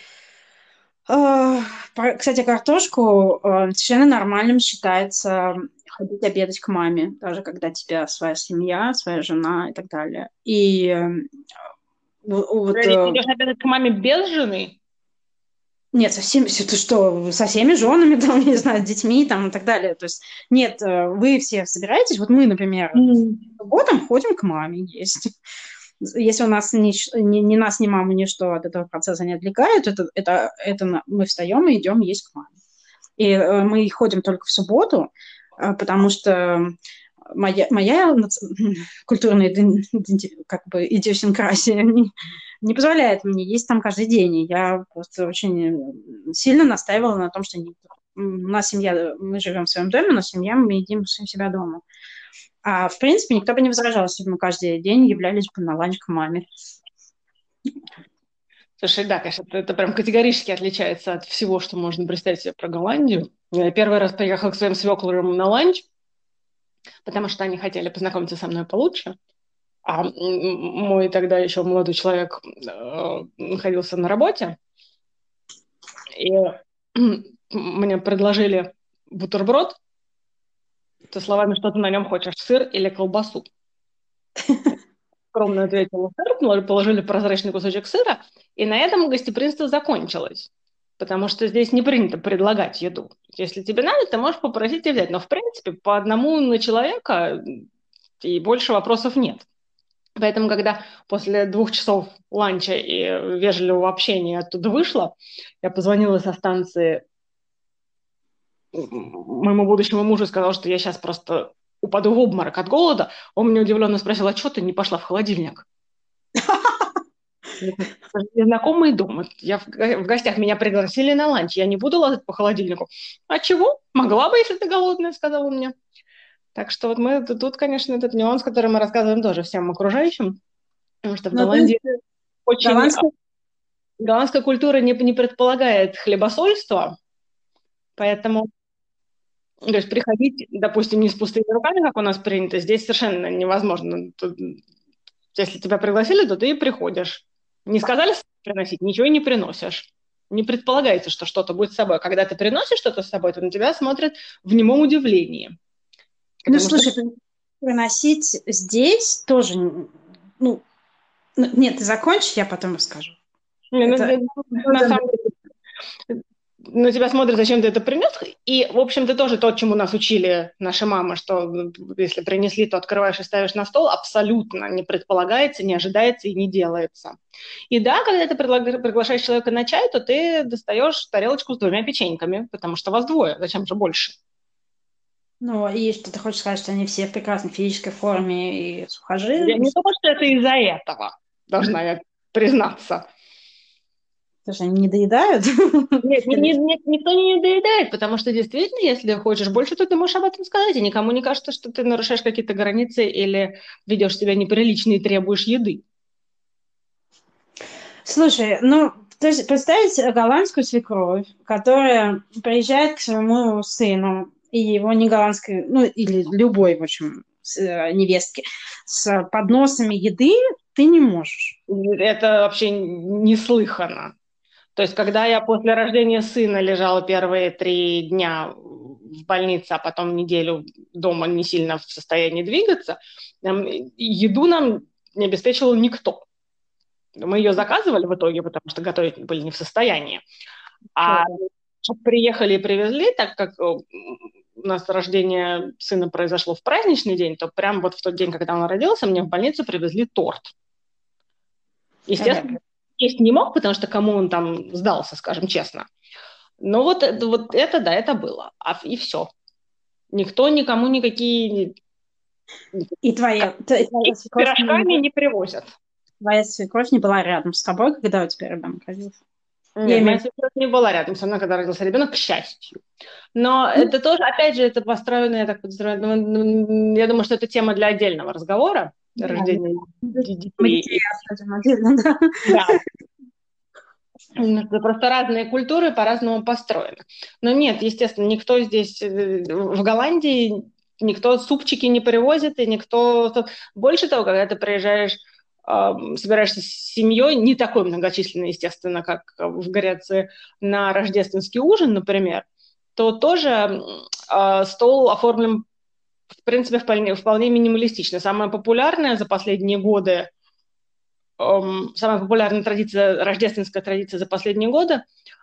кстати, картошку совершенно нормальным считается ходить обедать к маме, даже когда у тебя своя семья, своя жена и так далее. И вот... Ты идешь обедать к маме без жены? Нет, ты что, со всеми женами, там, не знаю, с детьми там, и так далее. То есть, нет, вы все собираетесь, вот мы, например, по субботам ходим к маме есть. Если у нас ни нас, ни маму ничто от этого процесса не отвлекает, это мы встаем и идем есть к маме. И мы ходим только в субботу, потому что моя культурная как бы идиосинкразия не позволяет мне есть там каждый день. И я просто очень сильно настаивала на том, что у нас семья, мы живем в своем доме, но семья, мы едим у себя дома. А в принципе никто бы не возражал, если бы мы каждый день являлись бы на ланч к маме. Слушай, да, конечно, это прям категорически отличается от всего, что можно представить себе про Голландию. Я первый раз приехала к своим свеклам на ланч, потому что они хотели познакомиться со мной получше. А мой тогда еще молодой человек находился на работе, и мне предложили бутерброд, со словами, что ты на нем хочешь, сыр или колбасу. Скромно ответила сыр, положили прозрачный кусочек сыра, и на этом гостеприимство закончилось. Потому что здесь не принято предлагать еду. Если тебе надо, ты можешь попросить и взять. Но, в принципе, по одному на человека и больше вопросов нет. Поэтому, когда после 2 часов ланча и вежливого общения оттуда вышла, я позвонила со станции моему будущему мужу и сказала, что я сейчас просто упаду в обморок от голода. Он меня удивленно спросил, а что ты не пошла в холодильник? Знакомый дом. Я в гостях, меня пригласили на ланч. Я не буду лазать по холодильнику. А чего? Могла бы, если ты голодная, сказал он мне. Так что вот мы тут, конечно, этот нюанс, который мы рассказываем тоже всем окружающим. Потому что в Голландии очень... Голландская культура не предполагает хлебосольства, поэтому... То есть приходить, допустим, не с пустыми руками, как у нас принято, здесь совершенно невозможно. Если тебя пригласили, то ты и приходишь. Не сказали приносить, ничего и не приносишь. Не предполагается, что что-то будет с собой. Когда ты приносишь что-то с собой, то на тебя смотрят в немом удивлении. Ну, слушай, приносить здесь тоже... Ну, нет, ты закончи, я потом расскажу. На самом деле, на тебя смотрят, зачем ты это принес. И, в общем-то, тоже то, чему нас учили наши мамы, что если принесли, то открываешь и ставишь на стол, абсолютно не предполагается, не ожидается и не делается. И да, когда ты приглашаешь человека на чай, то ты достаешь тарелочку с 2 печеньками, потому что вас 2, зачем же больше? Ну, и что ты хочешь сказать, что они все в прекрасной физической форме и сухожиры? Я не думаю, что это из-за этого, должна я признаться. Слушай, они не доедают? Нет, никто не доедает, потому что действительно, если хочешь больше, то ты можешь об этом сказать, и никому не кажется, что ты нарушаешь какие-то границы или ведешь себя неприлично и требуешь еды. Слушай, ну, то есть представить голландскую свекровь, которая приезжает к своему сыну и его не голландской, ну, или любой, в общем, невестки, с подносами еды ты не можешь. Это вообще неслыханно. То есть, когда я после рождения сына лежала первые 3 дня в больнице, а потом неделю дома не сильно в состоянии двигаться, еду нам не обеспечивал никто. Мы ее заказывали в итоге, потому что готовить были не в состоянии. А приехали и привезли, так как у нас рождение сына произошло в праздничный день, то прямо вот в тот день, когда он родился, мне в больницу привезли торт. Естественно, есть не мог, потому что кому он там сдался, скажем честно. Но вот это, да, это было. И все. Никто никому никакие... И твоя пирожками не привозят. Твоя свекровь не была рядом с тобой, когда у тебя ребенок родился? Нет, моя свекровь не была рядом со мной, когда родился ребенок, к счастью. Но это тоже, опять же, это построено, я так подозреваю, я думаю, что это тема для отдельного разговора. Рождение детей. Да. Это просто разные культуры по-разному построены. Но нет, естественно, никто здесь, в Голландии, никто супчики не привозит, и никто... Больше того, когда ты приезжаешь, собираешься с семьей, не такой многочисленной, естественно, как в Греции, на рождественский ужин, например, то тоже стол оформлен, в принципе, вполне минималистично. Самое популярное за последние годы, самая популярная традиция, рождественская традиция за последние годы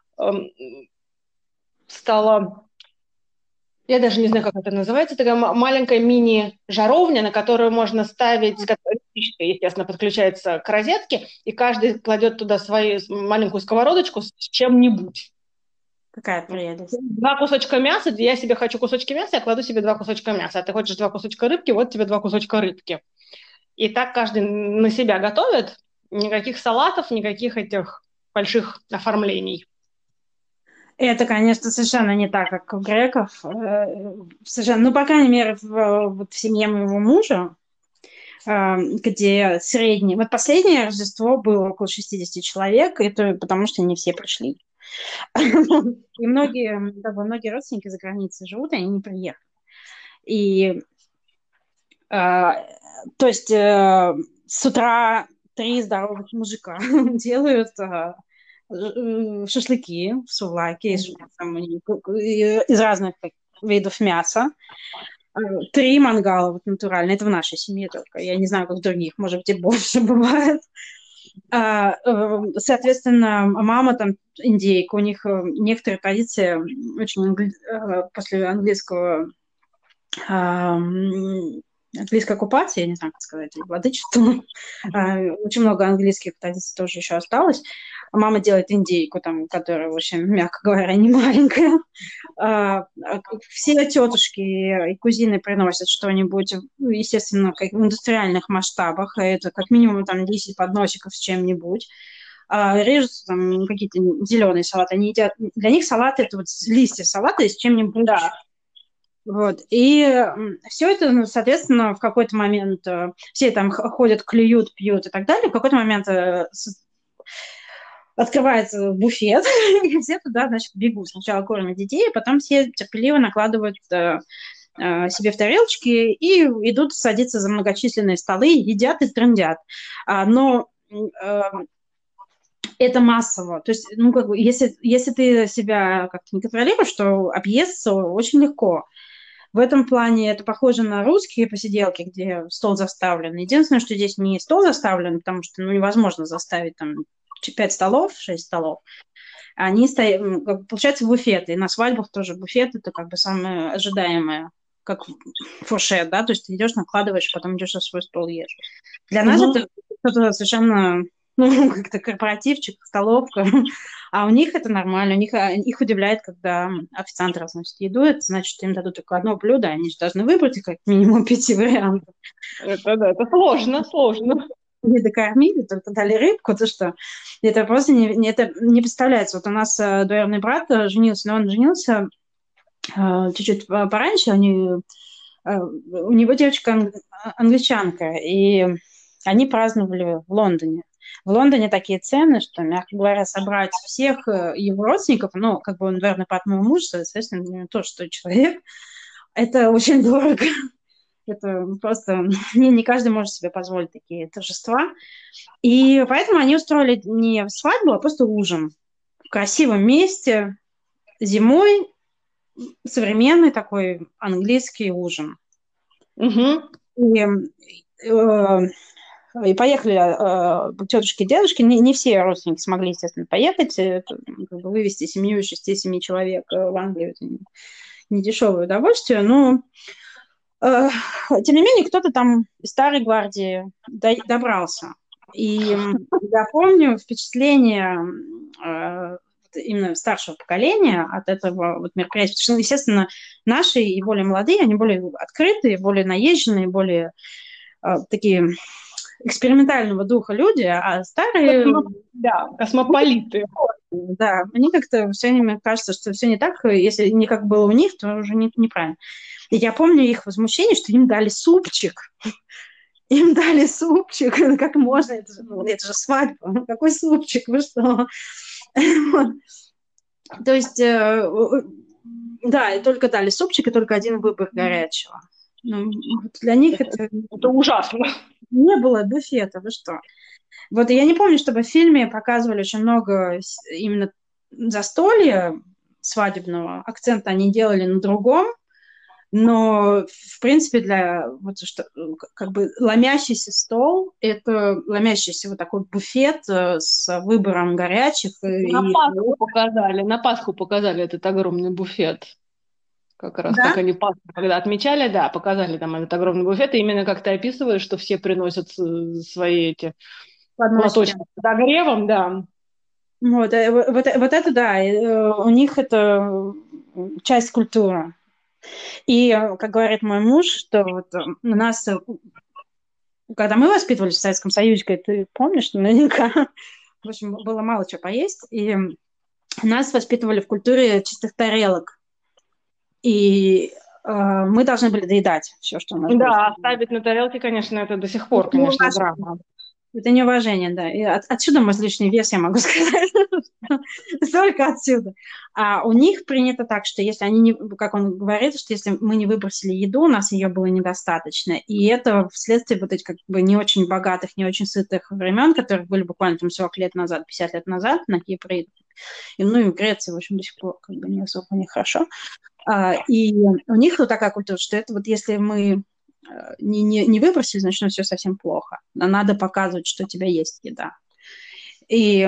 стала, я даже не знаю, как это называется, такая маленькая мини-жаровня, на которую можно ставить, естественно, подключается к розетке, и каждый кладет туда свою маленькую сковородочку с чем-нибудь. Какая прелесть. 2 кусочка мяса, я себе хочу кусочки мяса, я кладу себе 2 кусочка мяса, а ты хочешь 2 кусочка рыбки, вот тебе 2 кусочка рыбки. И так каждый на себя готовит, никаких салатов, никаких этих больших оформлений. Это, конечно, совершенно не так, как у греков. Совершенно, ну, по крайней мере, в семье моего мужа, где средний... Вот последнее Рождество было около 60 человек, это потому что не все пришли. И многие родственники за границей живут, и они не приехали. И, то есть, с утра 3 здоровых мужика делают шашлыки в сувлаке из разных видов мяса. 3 мангала вот натурально. Это в нашей семье только. Я не знаю, как в других. Может быть, и больше бывает. Соответственно, мама там индейка. У них некоторые традиции очень после английской оккупации, я не знаю, как сказать, владычества. Очень много английских традиций тоже еще осталось. Мама делает индейку, там, которая, в общем, мягко говоря, не маленькая. Все тетушки и кузины приносят что-нибудь, естественно, в индустриальных масштабах. Это как минимум там 10 подносиков с чем-нибудь. Режутся там какие-то зеленые салаты. Они едят... Для них салат — это вот листья салата с чем-нибудь. Да. Вот. И все это, соответственно, в какой-то момент все там ходят, клюют, пьют и так далее. В какой-то момент открывается буфет, и все туда, значит, бегут. Сначала кормят детей, а потом все терпеливо накладывают себе в тарелочки и идут садиться за многочисленные столы, едят и трындят. Но это массово. То есть, ну, как бы, если ты себя как-то не контролируешь, то объесться очень легко. В этом плане это похоже на русские посиделки, где стол заставлен. Единственное, что здесь не стол заставлен, потому что невозможно заставить там 5 столов, 6 столов. Они стоят, получается, буфеты. И на свадьбах тоже буфет — это как бы самое ожидаемое, как фуршет, да, то есть ты идешь, накладываешь, потом идешь на свой стол ешь. Для нас это что-то совершенно, ну, как-то корпоративчик, столовка. А у них это нормально, их удивляет, когда официант разносит еду, это значит, что им дадут только одно блюдо, они же должны выбрать как минимум 5 вариантов. Это сложно. Не докормили, только дали рыбку, то что это просто это не представляется. Вот у нас двоюродный брат женился, но он женился чуть-чуть пораньше, у него девочка англичанка, и они праздновали в Лондоне. В Лондоне такие цены, что, мягко говоря, собрать всех его родственников, ну, как бы он, наверное, брат моего мужа, соответственно, тоже 100 человек, Это очень дорого. Это просто не каждый может себе позволить такие торжества. И поэтому они устроили не свадьбу, а просто ужин в красивом месте зимой, современный такой английский ужин. Угу. И, э, и поехали тетушки и дедушки. Не все родственники смогли, естественно, поехать. Это, как бы, вывести семью из 6-7 человек в Англию — это не дешевое удовольствие. Но, тем не менее, кто-то там из старой гвардии добрался. И я помню впечатление именно старшего поколения от этого вот мероприятия. Потому что, естественно, наши и более молодые, они более открытые, более наезженные, более такие экспериментального духа люди, а старые... Да, космополиты. Да, они как-то все время кажется, что все не так, если не как было у них, то уже неправильно. И я помню их возмущение, что им дали супчик. Им дали супчик. Как можно? Это же свадьба. Какой супчик? Вы что? То есть, да, и только дали супчик, и только один выбор горячего. Ну, для них это ужасно. Не было буфета, вы что? Вот я не помню, чтобы в фильме показывали очень много именно застолья свадебного. Акцент они делали на другом. Но, в принципе, для вот что, как бы ломящийся стол, это ломящийся вот такой буфет с выбором горячих. На Пасху показали этот огромный буфет. Как раз Да? как они Пасху, когда отмечали, да, показали там этот огромный буфет, и именно как ты описываешь, что все приносят свои эти Подносики. платочки с подогревом, да. Вот, вот это да, у них это часть культуры. И, как говорит мой муж, что вот у нас, когда мы воспитывались в Советском Союзе, ты помнишь, наверняка, в общем, было мало чего поесть, и нас воспитывали в культуре чистых тарелок. И мы должны были доедать все, что у нас было. Да, ставить на тарелке, конечно, это до сих пор, конечно, драма. Это неуважение, да. И отсюда мой лишний вес, я могу сказать. Только отсюда. А у них принято так, что если они не, как он говорит, что если мы не выбросили еду, у нас ее было недостаточно. И это вследствие вот этих как бы не очень богатых, не очень сытых времен, которые были буквально там 40 лет назад, 50 лет назад на Кипре. И, ну и в Греции, в общем, до сих пор как бы не особо у них хорошо. И у них вот такая культура, что это вот если мы не выбросили, значит, все совсем плохо. Но надо показывать, что у тебя есть еда. И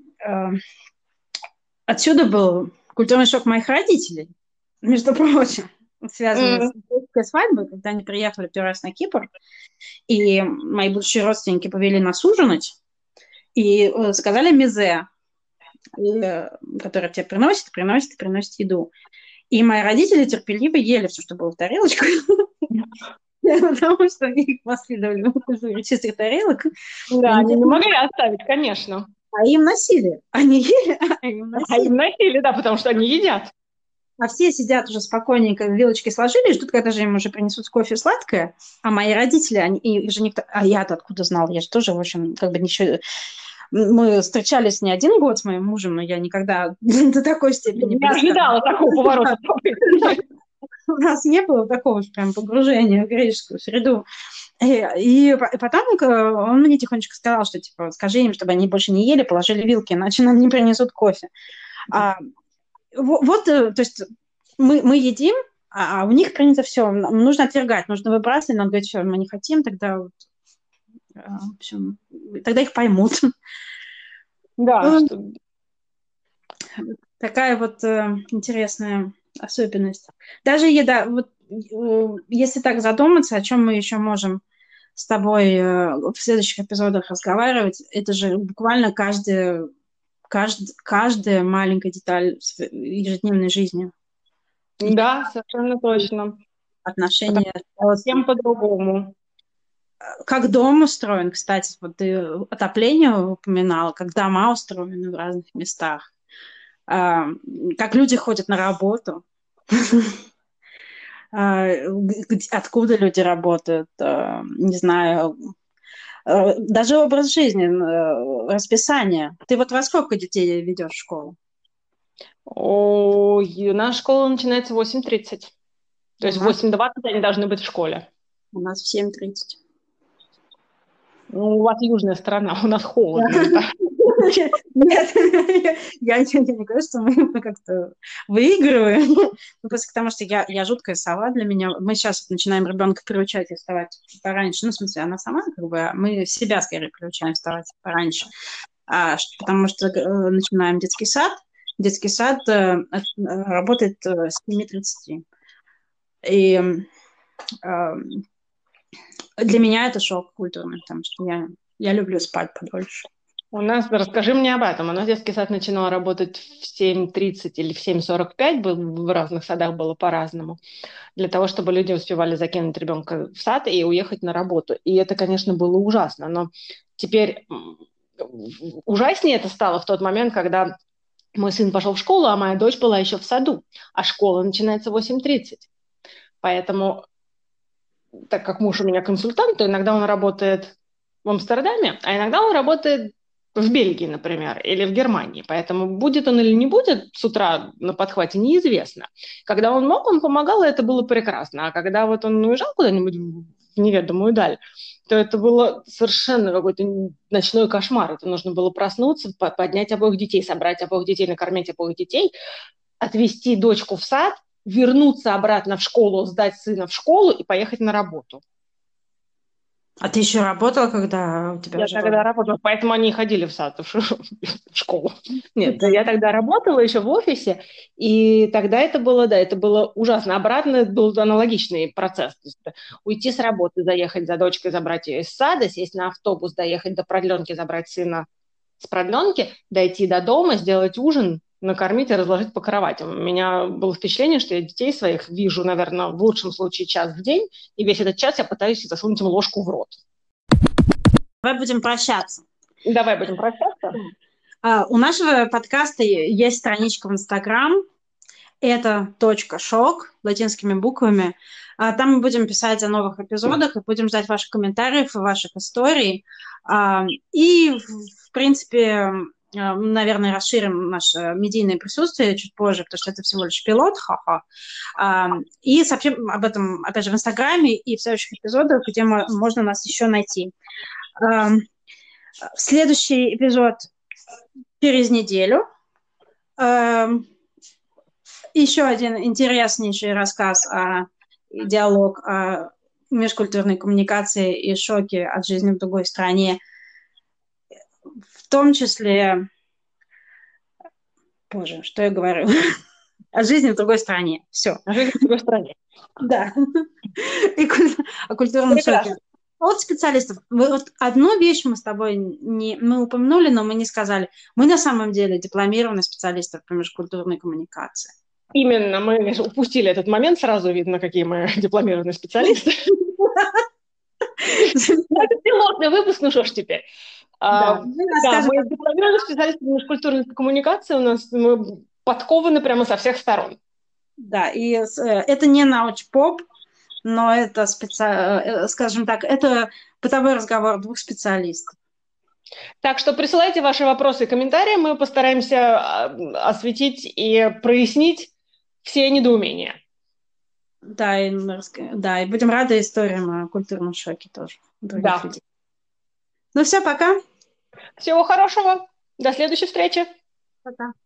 отсюда был культурный шок моих родителей, между прочим, связанный с свадьбой, когда они приехали первый раз на Кипр, и мои будущие родственники повели нас ужинать, и заказали мезе, который тебе приносит еду. И мои родители терпеливо ели все, что было в тарелочках, потому что их воспитывали в культуре чистых тарелок. Да, они не могли оставить, конечно. А им носили. Они ели, а им носили. А им носили, да, потому что они едят. А все сидят уже спокойненько, вилочки сложили, ждут, когда же им уже принесут кофе сладкое. А мои родители, их же никто... А я-то откуда знала? Я же тоже, в общем, как бы ничего... Мы встречались не 1 год с моим мужем, но я никогда до такой степени... Я ожидала такого поворота. У нас не было такого же прям погружения в греческую среду. И потом он мне тихонечко сказал, что типа скажи им, чтобы они больше не ели, положили вилки, иначе нам не принесут кофе. Вот, то есть мы едим, а у них принято все. Нужно отвергать, нужно выбрасывать, надо говорить, все, мы не хотим, тогда вот, все, тогда их поймут. Да. Такая вот интересная особенность. Даже еда, вот если так задуматься, о чем мы еще можем с тобой в следующих эпизодах разговаривать, это же буквально каждая маленькая деталь ежедневной жизни. Да, совершенно точно. Отношения. Всем по-другому. Как дом устроен, кстати, вот ты отопление упоминала, как дома устроены в разных местах, как люди ходят на работу, откуда люди работают, не знаю, даже образ жизни, расписание. Ты вот во сколько детей ведешь в школу? Ой, наша школа начинается в 8:30. То есть в нас, 8:20 они должны быть в школе. у нас в 7:30. Ну, у вас южная страна, у нас холодно. Нет, я не говорю, что мы как-то выигрываем. Ну, просто потому что я жуткая сова для меня. Мы сейчас начинаем ребенка приучать и вставать пораньше. Ну, в смысле, она сама, как бы, мы себя скорее приучаем вставать пораньше. Потому что начинаем детский сад. Детский сад работает с 7:30. И для меня это шок культурный, потому что я люблю спать подольше. Расскажи мне об этом. У нас детский сад начинал работать в 7:30 или в 7:45, в разных садах было по-разному, для того, чтобы люди успевали закинуть ребенка в сад и уехать на работу. И это, конечно, было ужасно, но теперь ужаснее это стало в тот момент, когда мой сын пошел в школу, а моя дочь была еще в саду, а школа начинается в 8:30. Поэтому, так как муж у меня консультант, то иногда он работает в Амстердаме, а иногда он работает в Бельгии, например, или в Германии. Поэтому будет он или не будет с утра на подхвате, неизвестно. Когда он мог, он помогал, и это было прекрасно. А когда вот он уезжал куда-нибудь в неведомую даль, то это было совершенно какой-то ночной кошмар. Это нужно было проснуться, поднять обоих детей, собрать обоих детей, накормить обоих детей, отвезти дочку в сад, вернуться обратно в школу, сдать сына в школу и поехать на работу. А ты еще работала, когда у тебя Я уже тогда работала, поэтому они ходили в сад, в школу. Нет, я тогда работала еще в офисе, и тогда это было, да, это было ужасно. Обратно был аналогичный процесс. То есть уйти с работы, заехать за дочкой, забрать ее из сада, сесть на автобус, доехать до продленки, забрать сына с продленки, дойти до дома, сделать ужин, накормить и разложить по кроватям. У меня было впечатление, что я детей своих вижу, наверное, в лучшем случае час в день, и весь этот час я пытаюсь засунуть им ложку в рот. Давай будем прощаться. Давай будем прощаться. У нашего подкаста есть страничка в Инстаграм. Это .шок латинскими буквами. Там мы будем писать о новых эпизодах и будем ждать ваших комментариев и ваших историй. И, в принципе, наверное, расширим наше медийное присутствие чуть позже, потому что это всего лишь пилот, ха-ха. И сообщим об этом, опять же, в Инстаграме и в следующих эпизодах, где можно нас еще найти. Следующий эпизод через неделю. Еще один интереснейший рассказ, диалог о межкультурной коммуникации и шоке от жизни в другой стране. В том числе... Боже, что я говорю? О жизни в другой стране. Все. О жизни в другой стране. Да. И о культурном шоке. От специалистов. Вот одну вещь мы с тобой мы упомянули, но мы не сказали. Мы на самом деле дипломированные специалисты по межкультурной коммуникации. Именно, мы упустили этот момент, сразу видно, какие мы дипломированные специалисты. Это пилотный выпуск, ну что ж теперь. Да, мы дипломированные специалисты по межкультурной коммуникации, мы подкованы прямо со всех сторон. Да, и это не научпоп, но это, скажем так, это бытовой разговор двух специалистов. Так что присылайте ваши вопросы и комментарии, мы постараемся осветить и прояснить все недоумения. Да, и будем рады историям о культурном шоке тоже. Да. Людей. Ну все, пока. Всего хорошего. До следующей встречи. Пока.